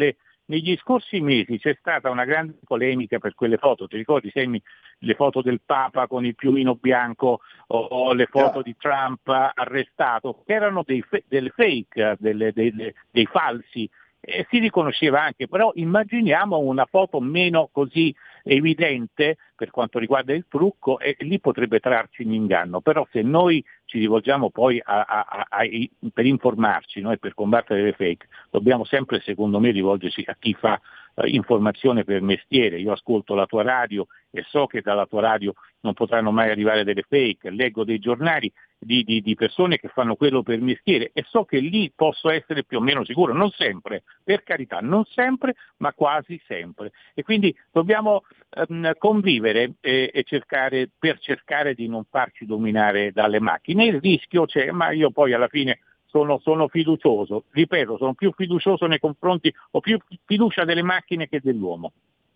negli scorsi mesi c'è stata una grande polemica per quelle foto, ti ricordi Sammy, le foto del Papa con il piumino bianco o, o le foto yeah. di Trump arrestato, che erano dei, delle fake, delle, delle, dei falsi, e si riconosceva anche, però immaginiamo una foto meno così evidente per quanto riguarda il trucco e lì potrebbe trarci in inganno, però se noi ci rivolgiamo poi a, a, a, a, per informarci, noi per combattere le fake, dobbiamo sempre secondo me rivolgerci a chi fa eh, informazione per mestiere. Io ascolto la tua radio e so che dalla tua radio non potranno mai arrivare delle fake, leggo dei giornali di, di, di persone che fanno quello per mestiere e so che lì posso essere più o meno sicuro, non sempre, per carità, non sempre, ma quasi sempre. E quindi dobbiamo ehm, convivere e, e cercare, per cercare di non farci dominare dalle macchine. Il rischio c'è, ma io poi alla fine sono, sono fiducioso, ripeto, sono più fiducioso nei confronti, ho più fiducia delle macchine che dell'uomo.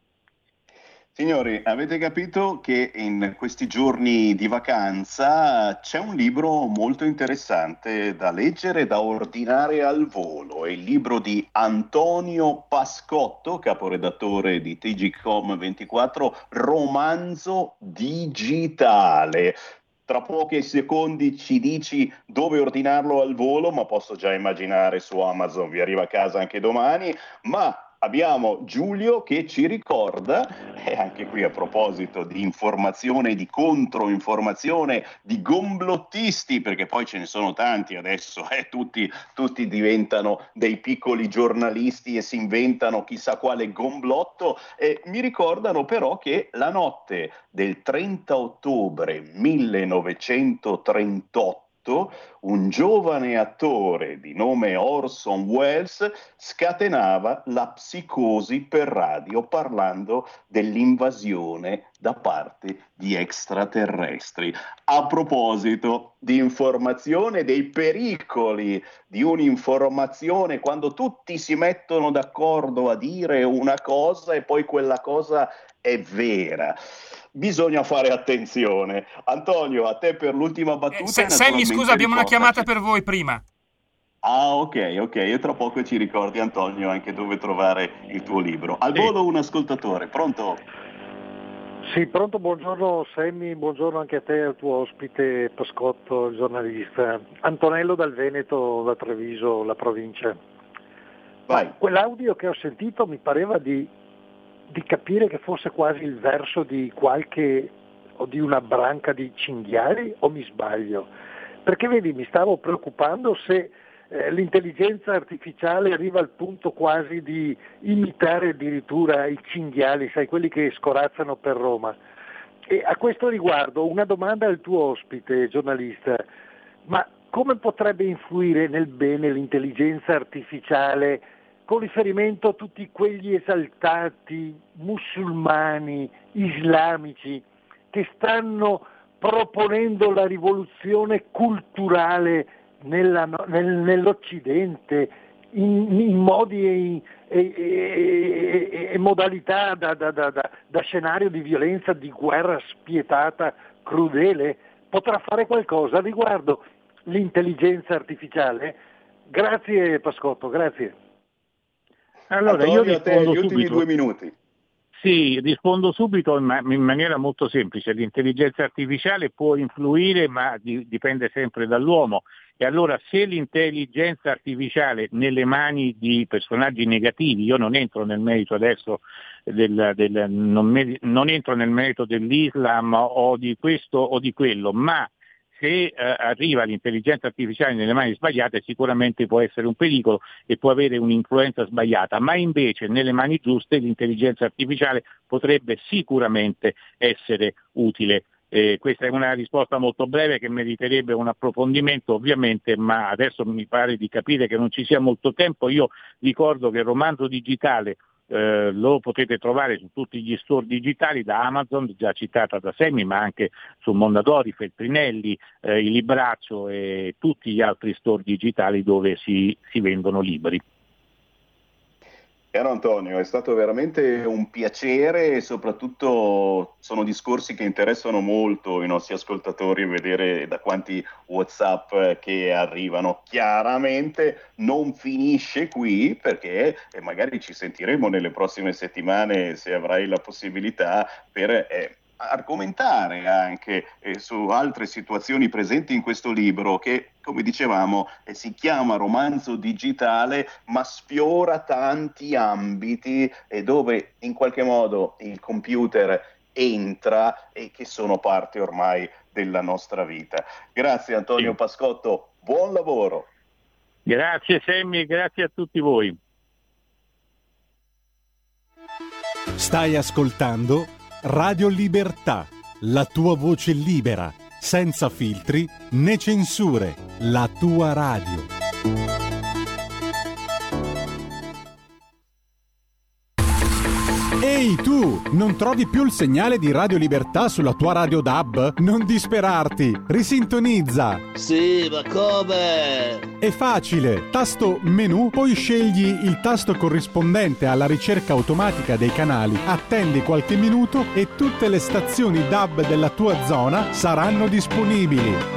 Signori, avete capito che in questi giorni di vacanza c'è un libro molto interessante da leggere, da ordinare al volo. È il libro di Antonio Pascotto, caporedattore di T G Com ventiquattro, Romanzo digitale. Tra pochi secondi ci dici dove ordinarlo al volo, ma posso già immaginare su Amazon, vi arriva a casa anche domani, ma abbiamo Giulio che ci ricorda, e anche qui a proposito di informazione, di controinformazione, di gomblottisti, perché poi ce ne sono tanti adesso, eh, tutti, tutti diventano dei piccoli giornalisti e si inventano chissà quale gomblotto, e mi ricordano però che la notte del trenta ottobre millenovecentotrentotto un giovane attore di nome Orson Welles scatenava la psicosi per radio parlando dell'invasione da parte di extraterrestri. A proposito di informazione, dei pericoli di un'informazione, quando tutti si mettono d'accordo a dire una cosa e poi quella cosa è vera. Bisogna fare attenzione. Antonio, a te per l'ultima battuta. Eh, Sammy, scusa, abbiamo una chiamata per voi prima. Ah, ok, ok. E tra poco ci ricordi, Antonio, anche dove trovare il tuo libro. Al volo un ascoltatore. Pronto? Sì, pronto, buongiorno Sammy, buongiorno anche a te e al tuo ospite Pascotto, il giornalista. Antonello dal Veneto, da Treviso, la provincia. Vai. Ma quell'audio che ho sentito mi pareva di di capire che fosse quasi il verso di qualche o di una branca di cinghiali, o mi sbaglio? Perché vedi, mi stavo preoccupando se eh, l'intelligenza artificiale arriva al punto quasi di imitare addirittura i cinghiali, sai, quelli che scorazzano per Roma. E a questo riguardo una domanda al tuo ospite, giornalista: ma come potrebbe influire nel bene l'intelligenza artificiale con riferimento a tutti quegli esaltati musulmani, islamici, che stanno proponendo la rivoluzione culturale nella, nel, nell'Occidente in, in modi e, e, e, e modalità da, da, da, da, da scenario di violenza, di guerra spietata, crudele? Potrà fare qualcosa a riguardo l'intelligenza artificiale? Grazie Pascotto, grazie. Allora, Antonio, io rispondo gli ultimi subito. due minuti. Sì, rispondo subito in, ma- in maniera molto semplice. L'intelligenza artificiale può influire, ma di- dipende sempre dall'uomo. E allora, se l'intelligenza artificiale nelle mani di personaggi negativi, io non entro nel merito adesso del, del non, me- non entro nel merito dell'Islam o di questo o di quello, ma se eh, arriva l'intelligenza artificiale nelle mani sbagliate sicuramente può essere un pericolo e può avere un'influenza sbagliata, ma invece nelle mani giuste l'intelligenza artificiale potrebbe sicuramente essere utile. Eh, questa è una risposta molto breve che meriterebbe un approfondimento ovviamente, ma adesso mi pare di capire che non ci sia molto tempo. Io ricordo che il romanzo digitale Eh, lo potete trovare su tutti gli store digitali, da Amazon, già citata da Sammy, ma anche su Mondadori, Feltrinelli, eh, il Libraccio e tutti gli altri store digitali dove si, si vendono libri. Caro Antonio, è stato veramente un piacere e soprattutto sono discorsi che interessano molto i nostri ascoltatori, vedere da quanti WhatsApp che arrivano. Chiaramente non finisce qui, perché magari ci sentiremo nelle prossime settimane, se avrai la possibilità, per eh, argomentare anche eh, su altre situazioni presenti in questo libro che, come dicevamo, eh, si chiama romanzo digitale, ma sfiora tanti ambiti e dove in qualche modo il computer entra e che sono parte ormai della nostra vita. Grazie Antonio sì. Pascotto, buon lavoro. Grazie Sammy e grazie a tutti voi. Stai ascoltando Radio Libertà, la tua voce libera, senza filtri né censure, la tua radio. Ehi tu, non trovi più il segnale di Radio Libertà sulla tua radio D A B? Non disperarti, risintonizza! Sì, ma come? È facile, tasto menu, poi scegli il tasto corrispondente alla ricerca automatica dei canali, attendi qualche minuto e tutte le stazioni D A B della tua zona saranno disponibili.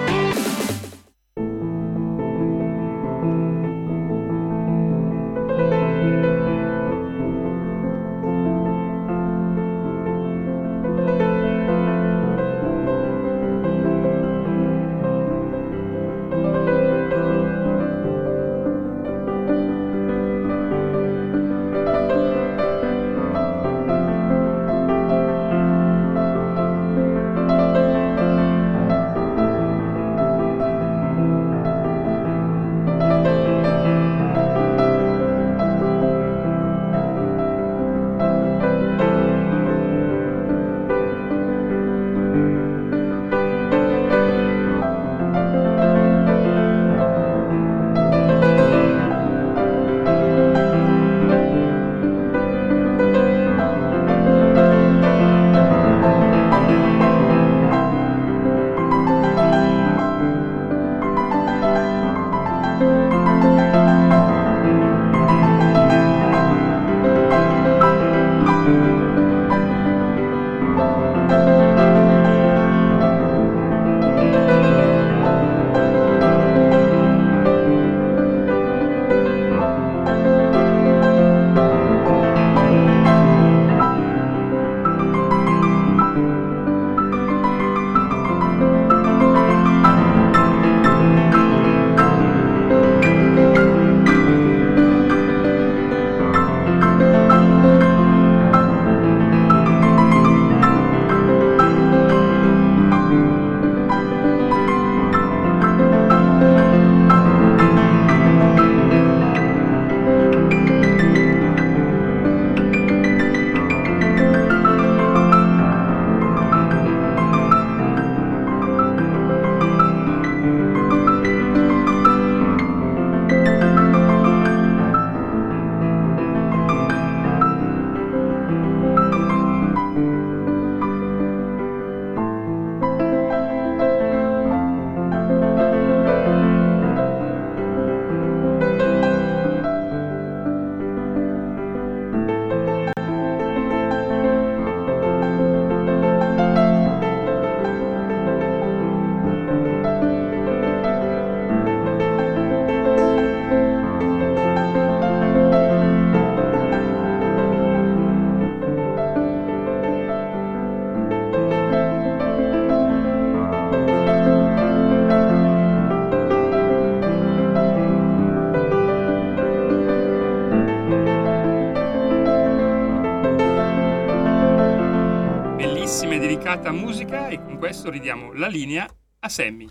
Musica e con questo ridiamo la linea a Sammy.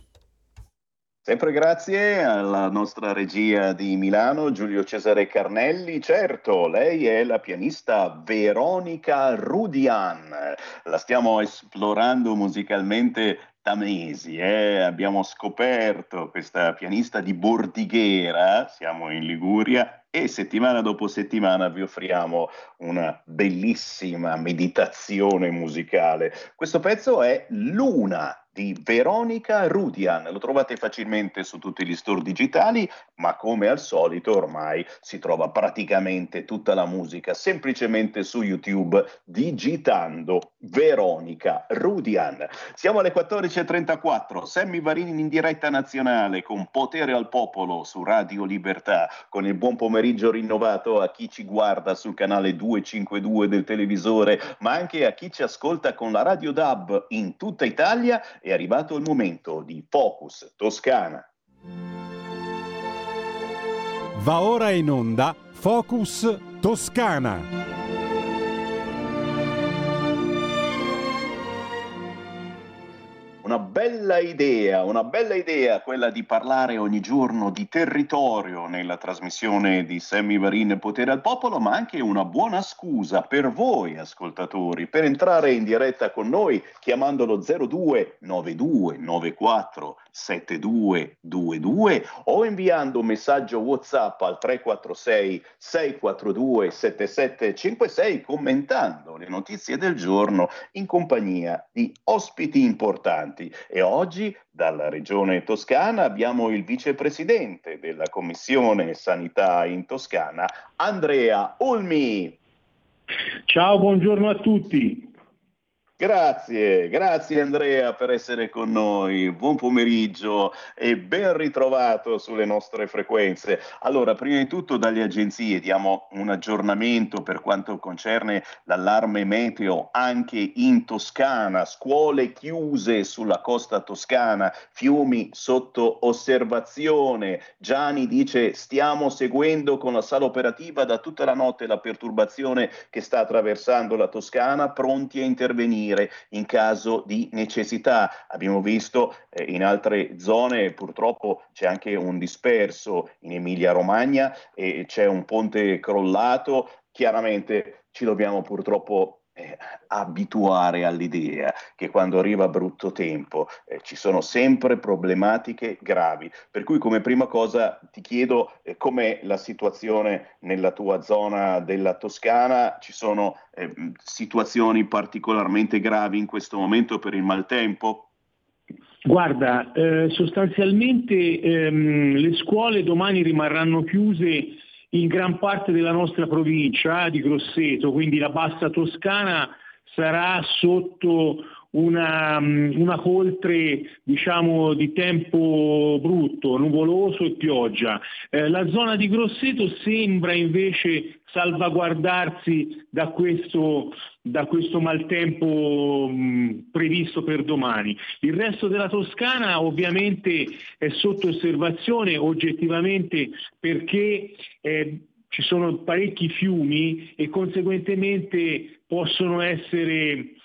Sempre grazie alla nostra regia di Milano, Giulio Cesare Carnelli. Certo, lei è la pianista Veronica Rudian. La stiamo esplorando musicalmente da mesi. Eh? Abbiamo scoperto questa pianista di Bordighera, siamo in Liguria, e settimana dopo settimana vi offriamo una bellissima meditazione musicale. Questo pezzo è Luna di Veronica Rudian. Lo trovate facilmente su tutti gli store digitali, ma come al solito ormai si trova praticamente tutta la musica semplicemente su YouTube digitando Veronica Rudian. Siamo alle quattordici e trentaquattro, Sammy Varin in diretta nazionale con Potere al Popolo su Radio Libertà, con il buon pomeriggio rinnovato a chi ci guarda sul canale duecentocinquantadue del televisore, ma anche a chi ci ascolta con la Radio D A B in tutta Italia. È arrivato il momento di Focus Toscana. Va ora in onda Focus Toscana. Una bella idea, una bella idea quella di parlare ogni giorno di territorio nella trasmissione di Sammy Varin Potere al Popolo, ma anche una buona scusa per voi ascoltatori per entrare in diretta con noi chiamandolo zero due nove due nove quattro sette due due due o inviando un messaggio WhatsApp al tre quattro sei sei quattro due sette sette cinque sei commentando le notizie del giorno in compagnia di ospiti importanti. E oggi dalla regione Toscana abbiamo il vicepresidente della Commissione Sanità in Toscana, Andrea Olmi. Ciao, buongiorno a tutti. Grazie, grazie Andrea per essere con noi, buon pomeriggio e ben ritrovato sulle nostre frequenze. Allora, prima di tutto dalle agenzie diamo un aggiornamento per quanto concerne l'allarme meteo anche in Toscana, scuole chiuse sulla costa toscana, fiumi sotto osservazione. Gianni dice stiamo seguendo con la sala operativa da tutta la notte la perturbazione che sta attraversando la Toscana, pronti a intervenire in caso di necessità. Abbiamo visto eh, in altre zone purtroppo c'è anche un disperso in Emilia Romagna e c'è un ponte crollato. Chiaramente ci dobbiamo purtroppo Eh, abituare all'idea che quando arriva brutto tempo eh, ci sono sempre problematiche gravi, per cui come prima cosa ti chiedo eh, com'è la situazione nella tua zona della Toscana. Ci sono eh, situazioni particolarmente gravi in questo momento per il maltempo? Guarda, eh, sostanzialmente ehm, le scuole domani rimarranno chiuse in gran parte della nostra provincia di Grosseto, quindi la bassa Toscana sarà sotto una, una coltre, diciamo, di tempo brutto, nuvoloso e pioggia. Eh, la zona di Grosseto sembra invece salvaguardarsi da questo, da questo maltempo mh, previsto per domani. Il resto della Toscana ovviamente è sotto osservazione oggettivamente perché eh, ci sono parecchi fiumi e conseguentemente possono essere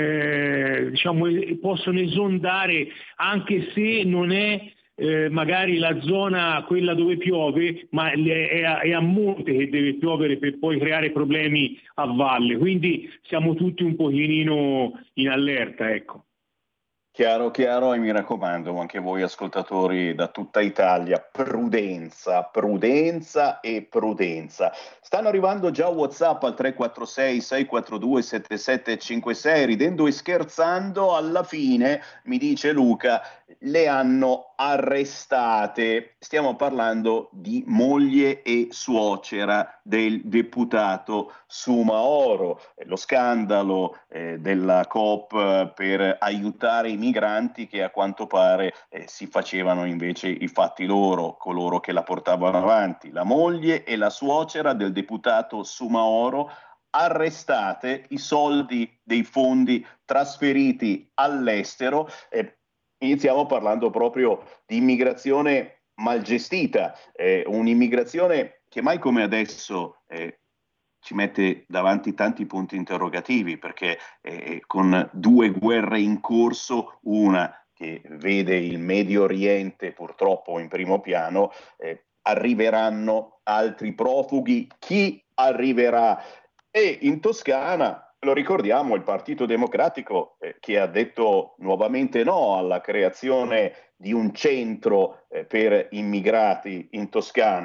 eh, diciamo possono esondare anche se non è Eh, magari la zona quella dove piove, ma è a, è a monte che deve piovere per poi creare problemi a valle, quindi siamo tutti un pochino in allerta, ecco. Chiaro, chiaro, e mi raccomando anche voi ascoltatori da tutta Italia, prudenza, prudenza e prudenza. Stanno arrivando già WhatsApp al tre quattro sei sei quattro due sette sette cinque sei, ridendo e scherzando, alla fine mi dice Luca, le hanno arrestate. Stiamo parlando di moglie e suocera del deputato Soumahoro, lo scandalo eh, della Coop per aiutare i migranti che a quanto pare eh, si facevano invece i fatti loro, coloro che la portavano avanti. La moglie e la suocera del deputato Soumahoro arrestate, i soldi dei fondi trasferiti all'estero. Eh, iniziamo parlando proprio di immigrazione mal gestita, eh, un'immigrazione che mai come adesso eh, ci mette davanti tanti punti interrogativi, perché eh, con due guerre in corso, una che vede il Medio Oriente purtroppo in primo piano, eh, arriveranno altri profughi, chi arriverà? E in Toscana, lo ricordiamo, il Partito Democratico eh, che ha detto nuovamente no alla creazione di un centro eh, per immigrati in Toscana.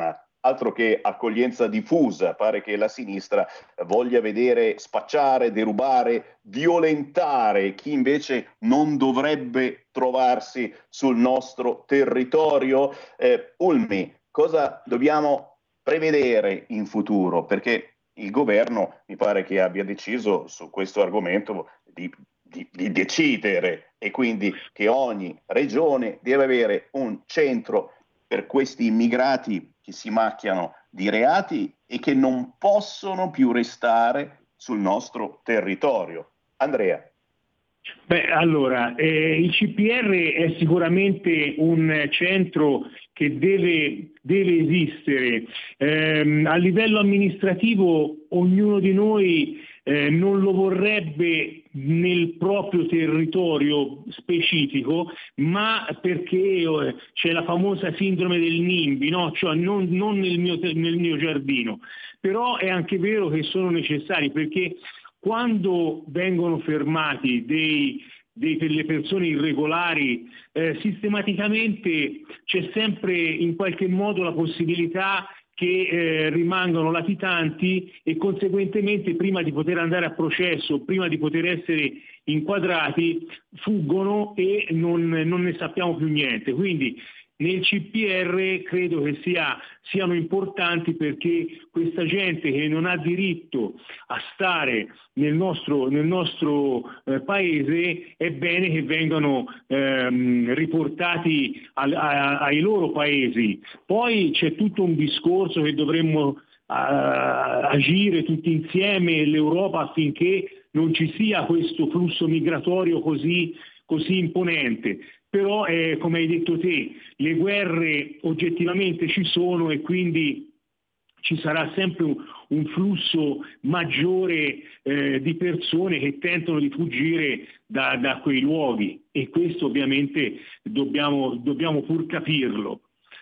altro che accoglienza diffusa, pare che la sinistra voglia vedere spacciare, derubare, violentare chi invece non dovrebbe trovarsi sul nostro territorio. Eh, Ulmi, cosa dobbiamo prevedere in futuro? Perché il governo mi pare che abbia deciso su questo argomento di, di, di decidere, e quindi che ogni regione deve avere un centro per questi immigrati che si macchiano di reati e che non possono più restare sul nostro territorio. Andrea. Beh, allora, eh, il C P R è sicuramente un centro che deve, deve esistere. Eh, a livello amministrativo ognuno di noi eh, non lo vorrebbe nel proprio territorio specifico, ma perché eh, c'è la famosa sindrome del NIMBY, no? Cioè non, non nel mio, nel mio giardino. Però è anche vero che sono necessari, perché quando vengono fermati dei, dei, delle persone irregolari, eh, sistematicamente c'è sempre in qualche modo la possibilità che eh, rimangano latitanti e conseguentemente prima di poter andare a processo, prima di poter essere inquadrati, fuggono e non, non ne sappiamo più niente. Quindi nel C P R credo che sia, siano importanti, perché questa gente che non ha diritto a stare nel nostro, nel nostro eh, paese è bene che vengano ehm, riportati al, a, ai loro paesi. Poi c'è tutto un discorso che dovremmo uh, agire tutti insieme, l'Europa, affinché non ci sia questo flusso migratorio così, così imponente. Però, eh, come hai detto te, le guerre oggettivamente ci sono e quindi ci sarà sempre un, un flusso maggiore eh, di persone che tentano di fuggire da, da quei luoghi, e questo ovviamente dobbiamo, dobbiamo pur capirlo.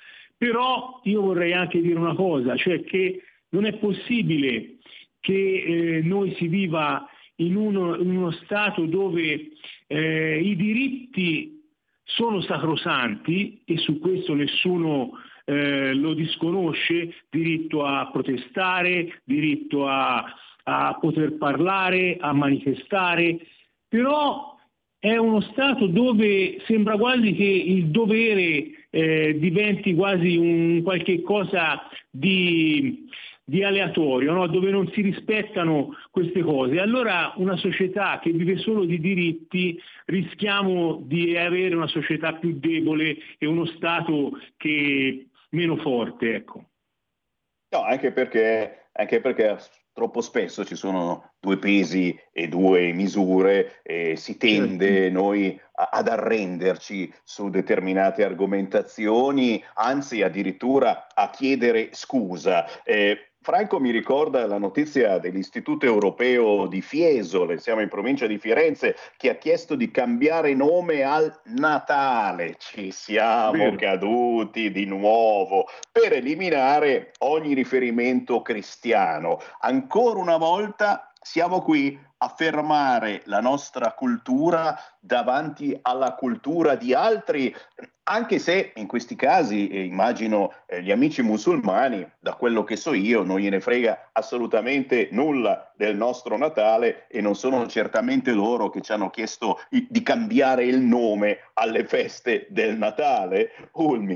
Però io vorrei anche dire una cosa, cioè che non è possibile che eh, noi si viva in uno, in uno stato dove eh, i diritti sono sacrosanti, e su questo nessuno eh, lo disconosce: diritto a protestare, diritto a, a poter parlare, a manifestare, però è uno Stato dove sembra quasi che il dovere eh, diventi quasi un qualche cosa di... di aleatorio, no? Dove non si rispettano queste cose. Allora una società che vive solo di diritti, rischiamo di avere una società più debole e uno Stato che meno forte, ecco. No, anche perché, anche perché troppo spesso ci sono due pesi e due misure e si tende certo. noi a, ad arrenderci su determinate argomentazioni, anzi addirittura a chiedere scusa. Eh, Franco mi ricorda la notizia dell'Istituto Europeo di Fiesole, siamo in provincia di Firenze, che ha chiesto di cambiare nome al Natale. Ci siamo Vero. caduti di nuovo per eliminare ogni riferimento cristiano. Ancora una volta siamo qui a fermare la nostra cultura davanti alla cultura di altri, anche se in questi casi, eh, immagino eh, gli amici musulmani, da quello che so io, non gliene frega assolutamente nulla del nostro Natale, e non sono certamente loro che ci hanno chiesto i- di cambiare il nome alle feste del Natale. Ulmi.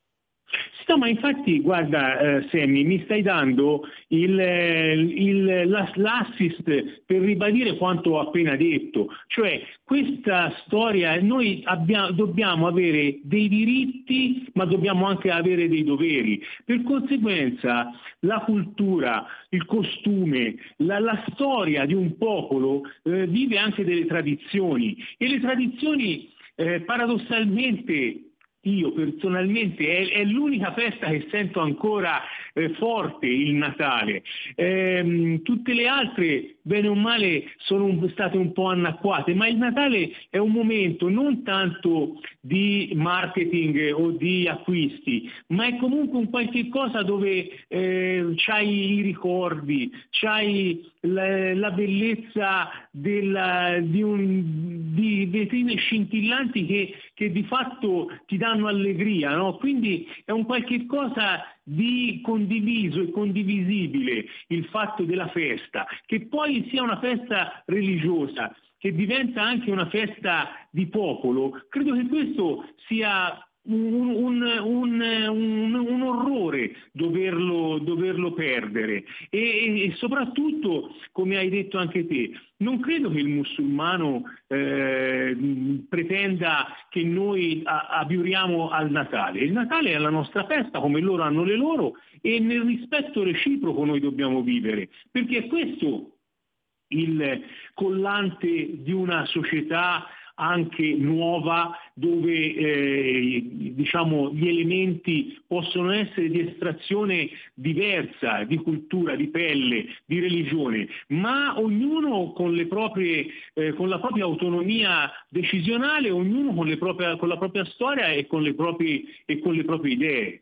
No, ma infatti, guarda, eh, Sammy, mi stai dando il, il, l'assist per ribadire quanto ho appena detto. Cioè, questa storia, noi abbiamo, dobbiamo avere dei diritti, ma dobbiamo anche avere dei doveri. Per conseguenza, la cultura, il costume, la, la storia di un popolo eh, vive anche delle tradizioni. E le tradizioni, eh, paradossalmente, io personalmente è, è l'unica festa che sento ancora eh, forte, il Natale. Ehm, tutte le altre, bene o male, sono un, state un po' anacquate, ma il Natale è un momento non tanto di marketing o di acquisti, ma è comunque un qualche cosa dove eh, c'hai i ricordi, c'hai la, la bellezza della, di, un, di vetrine scintillanti che, che di fatto ti danno allegria, no? Quindi è un qualche cosa di condiviso e condivisibile il fatto della festa, che poi sia una festa religiosa, che diventa anche una festa di popolo. Credo che questo sia un, un, un, un, un orrore doverlo, doverlo perdere e, e soprattutto, come hai detto anche te, non credo che il musulmano eh, pretenda che noi abiuriamo al Natale. Il Natale è la nostra festa, come loro hanno le loro, e nel rispetto reciproco noi dobbiamo vivere, perché è questo il collante di una società anche nuova, dove eh, diciamo gli elementi possono essere di estrazione diversa, di cultura, di pelle, di religione, ma ognuno con le proprie eh, con la propria autonomia decisionale, ognuno con, le proprie, con la propria storia e con le proprie e con le proprie idee.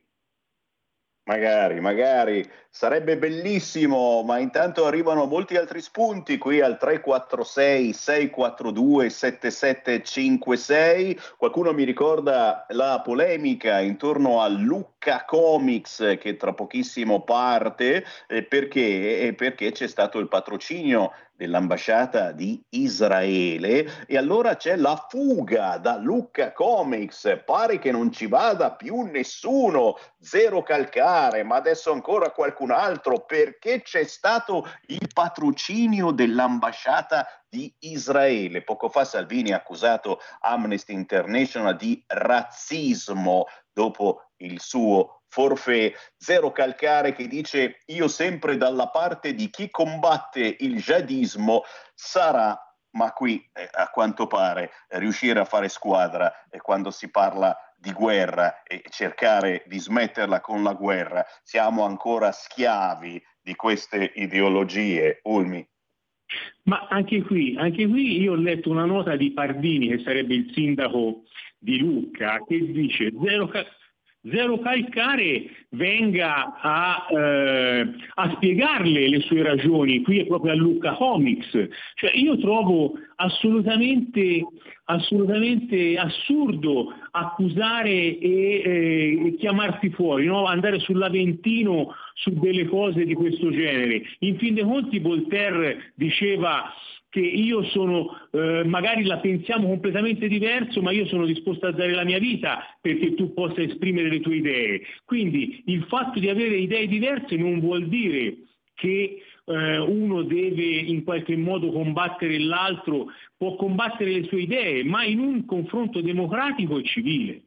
Magari, magari, sarebbe bellissimo, ma intanto arrivano molti altri spunti qui al tre quattro sei sei quattro due sette sette cinque sei. Qualcuno mi ricorda la polemica intorno a Lucca Comics che tra pochissimo parte, eh, perché? Eh, perché c'è stato il patrocinio dell'ambasciata di Israele e allora c'è la fuga da Lucca Comics, pare che non ci vada più nessuno, zero calcare, ma adesso ancora qualcun altro, perché c'è stato il patrocinio dell'ambasciata di Israele. Poco fa Salvini ha accusato Amnesty International di razzismo dopo il suo forfait. Zero calcare che dice: io sempre dalla parte di chi combatte il jihadismo. Sarà, ma qui eh, a quanto pare eh, riuscire a fare squadra eh, quando si parla di guerra e cercare di smetterla con la guerra, siamo ancora schiavi di queste ideologie. Ulmi. Ma anche qui, anche qui io ho letto una nota di Pardini, che sarebbe il sindaco di Lucca, che dice zero, zero calcare, venga a, eh, a spiegarle le sue ragioni, qui è proprio a Lucca Comics. Cioè io trovo assolutamente, assolutamente assurdo accusare e, eh, e chiamarsi fuori, no? Andare sull'Aventino su delle cose di questo genere. In fin dei conti Voltaire diceva che io sono, eh, magari la pensiamo completamente diverso, ma io sono disposto a dare la mia vita perché tu possa esprimere le tue idee. Quindi il fatto di avere idee diverse non vuol dire che eh, uno deve in qualche modo combattere l'altro, può combattere le sue idee, ma in un confronto democratico e civile.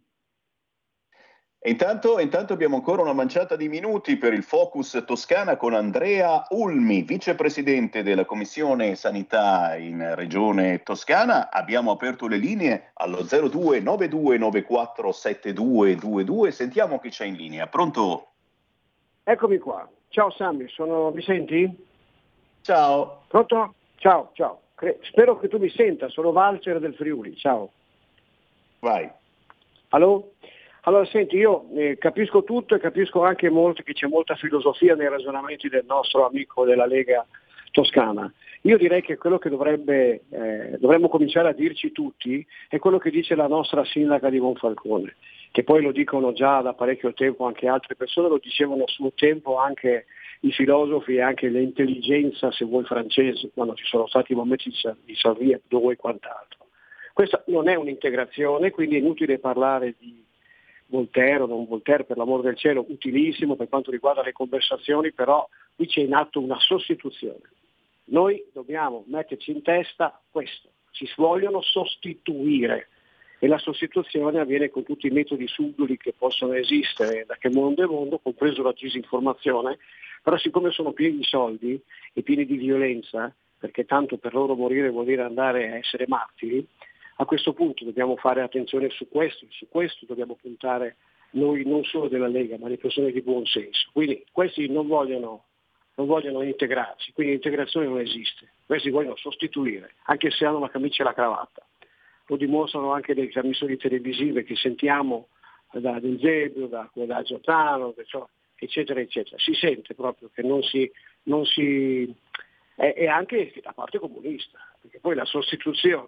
Intanto, intanto abbiamo ancora una manciata di minuti per il Focus Toscana con Andrea Ulmi, vicepresidente della Commissione Sanità in Regione Toscana. Abbiamo aperto le linee allo zero due nove due nove quattro sette due due due. Sentiamo chi c'è in linea. Pronto? Eccomi qua. Ciao Sammy, sono... mi senti? Ciao. Pronto? Ciao, ciao. Cre- spero che tu mi senta, sono Valcer del Friuli. Ciao. Vai. Allo? Allora senti, io eh, capisco tutto e capisco anche molto che c'è molta filosofia nei ragionamenti del nostro amico della Lega Toscana. Io direi che quello che dovrebbe, eh, dovremmo cominciare a dirci tutti è quello che dice la nostra sindaca di Monfalcone, che poi lo dicono già da parecchio tempo anche altre persone, lo dicevano a suo tempo anche i filosofi e anche l'intelligenza, se vuoi, francese, quando ci sono stati i momenti di Sarri, Hebdo e quant'altro. Questa non è un'integrazione, quindi è inutile parlare di Voltaire o non Voltaire, per l'amor del cielo, utilissimo per quanto riguarda le conversazioni, però qui c'è in atto una sostituzione. Noi dobbiamo metterci in testa questo, ci vogliono sostituire e la sostituzione avviene con tutti i metodi subdoli che possono esistere da che mondo è mondo, compreso la disinformazione, però siccome sono pieni di soldi e pieni di violenza, perché tanto per loro morire vuol dire andare a essere martiri, a questo punto dobbiamo fare attenzione su questo, su questo dobbiamo puntare noi non solo della Lega, ma le persone di buon senso. Quindi questi non vogliono, non vogliono integrarsi, quindi l'integrazione non esiste. Questi vogliono sostituire, anche se hanno la camicia e la cravatta. Lo dimostrano anche le trasmissioni televisive che sentiamo da Del Zebio, da, da Giordano, eccetera, eccetera. Si sente proprio che non si... Non si e, e anche la parte comunista, perché poi la sostituzione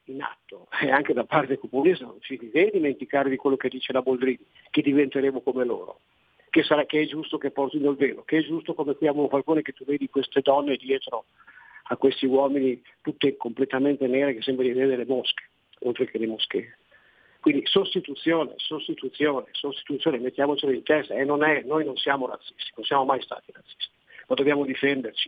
in atto, e anche da parte comunista non ci deve dimenticare di quello che dice la Boldrini, che diventeremo come loro, che sarà che è giusto che portino il velo, che è giusto come qui a Monfalcone che tu vedi queste donne dietro a questi uomini tutte completamente nere che sembra di vedere delle mosche, oltre che le moschee. Quindi sostituzione, sostituzione, sostituzione, mettiamocelo in testa, e non è, noi non siamo razzisti, non siamo mai stati razzisti, ma dobbiamo difenderci.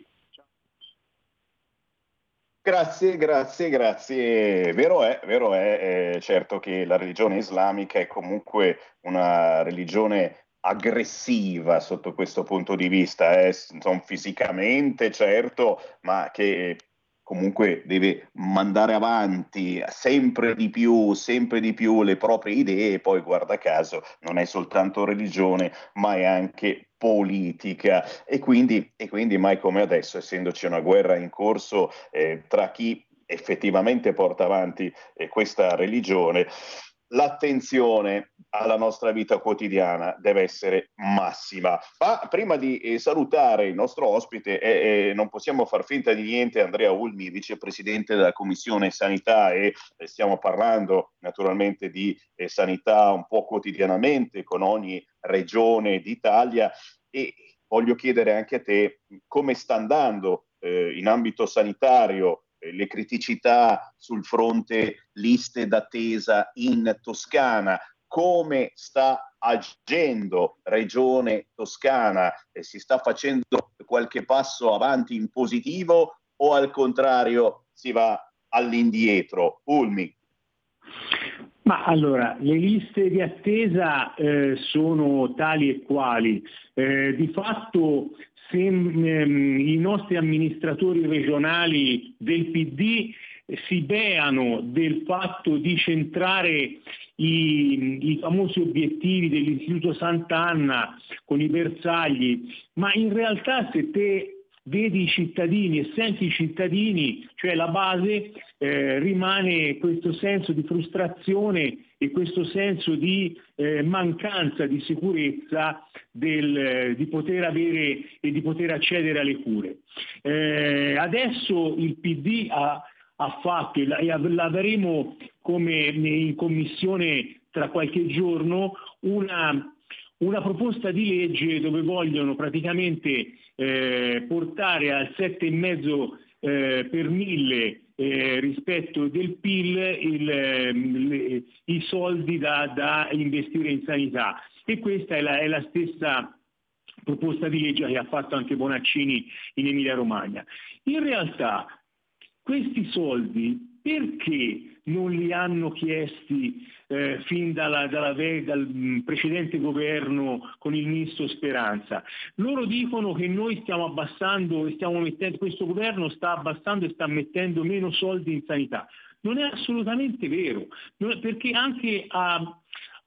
Grazie, grazie, grazie. Vero è, vero è, eh, certo che la religione islamica è comunque una religione aggressiva sotto questo punto di vista, eh, non fisicamente certo, ma che comunque deve mandare avanti sempre di più, sempre di più le proprie idee, e poi guarda caso non è soltanto religione, ma è anche politica, e quindi, e quindi mai come adesso, essendoci una guerra in corso eh, tra chi effettivamente porta avanti eh, questa religione, l'attenzione alla nostra vita quotidiana deve essere massima. Ma prima di eh, salutare il nostro ospite, eh, eh, non possiamo far finta di niente, Andrea Ulmi, vicepresidente della Commissione Sanità, e eh, stiamo parlando naturalmente di eh, sanità un po' quotidianamente con ogni regione d'Italia, e voglio chiedere anche a te come sta andando eh, in ambito sanitario le criticità sul fronte liste d'attesa in Toscana, come sta agendo Regione Toscana, e si sta facendo qualche passo avanti in positivo o al contrario si va all'indietro? Ulmi. Ma allora, le liste di attesa eh, sono tali e quali. Eh, di fatto se ehm, i nostri amministratori regionali del P D si beano del fatto di centrare i, i famosi obiettivi dell'Istituto Sant'Anna con i bersagli, ma in realtà se te vedi i cittadini e senti i cittadini, cioè la base, eh, rimane questo senso di frustrazione e questo senso di eh, mancanza di sicurezza del, di poter avere e di poter accedere alle cure. Eh, adesso il P D ha, ha fatto, e l'avremo come in commissione tra qualche giorno, una una proposta di legge dove vogliono praticamente eh, portare al sette virgola cinque eh, per mille eh, rispetto del P I L il, le, i soldi da, da investire in sanità, e questa è la, è la stessa proposta di legge che ha fatto anche Bonaccini in Emilia Romagna. In realtà questi soldi perché non li hanno chiesti eh, fin dalla, dalla, dal precedente governo con il ministro Speranza? Loro dicono che noi stiamo abbassando e stiamo mettendo, questo governo sta abbassando e sta mettendo meno soldi in sanità. Non è assolutamente vero, perché anche a,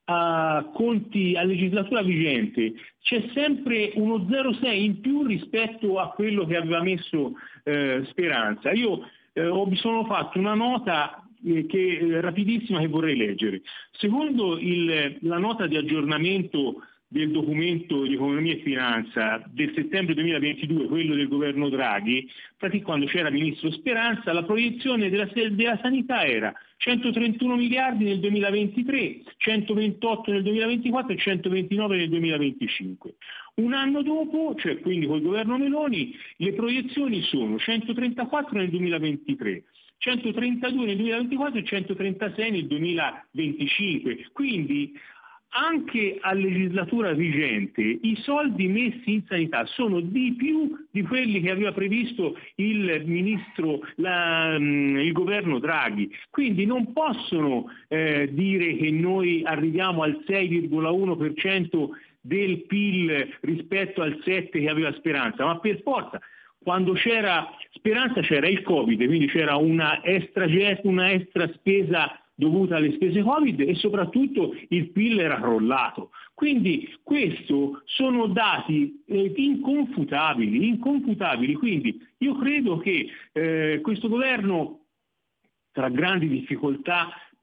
a conti, a legislatura vigente c'è sempre uno zero virgola sei in più rispetto a quello che aveva messo eh, Speranza. Io eh, ho, mi sono fatto una nota eh, che, eh, rapidissima che vorrei leggere. Secondo il, la nota di aggiornamento del documento di economia e finanza del settembre duemilaventidue, quello del governo Draghi, praticamente quando c'era ministro Speranza, la proiezione della, della sanità era centotrentuno miliardi nel duemilaventitré, centoventotto nel duemilaventiquattro e centoventinove nel duemilaventicinque. Un anno dopo, cioè quindi col governo Meloni, le proiezioni sono centotrentaquattro nel duemilaventitré, centotrentadue nel duemilaventiquattro e centotrentasei nel duemilaventicinque. Quindi anche a legislatura vigente i soldi messi in sanità sono di più di quelli che aveva previsto il ministro, la, il governo Draghi. Quindi non possono eh, dire che noi arriviamo al sei virgola uno per cento del P I L rispetto al sette che aveva Speranza, ma per forza. Quando c'era Speranza c'era il Covid, quindi c'era una extra, una extra spesa dovuta alle spese Covid e soprattutto il P I L era crollato. Quindi questo sono dati eh, inconfutabili, inconfutabili. Quindi io credo che eh, questo governo, tra grandi difficoltà,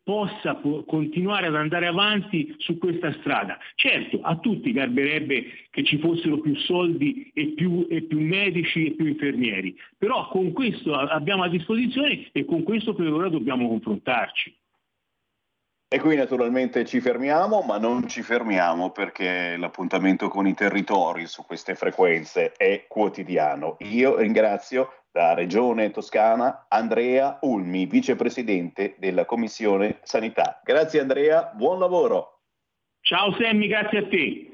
possa po- continuare ad andare avanti su questa strada. Certo, a tutti garberebbe che ci fossero più soldi e più, e più medici e più infermieri, però con questo abbiamo a disposizione e con questo per ora dobbiamo confrontarci. E qui naturalmente ci fermiamo, ma non ci fermiamo perché l'appuntamento con i territori su queste frequenze è quotidiano. Io ringrazio da Regione Toscana Andrea Ulmi, vicepresidente della Commissione Sanità. Grazie Andrea, buon lavoro. Ciao Sammy, grazie a te.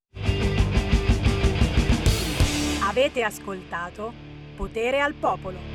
Avete ascoltato Potere al Popolo.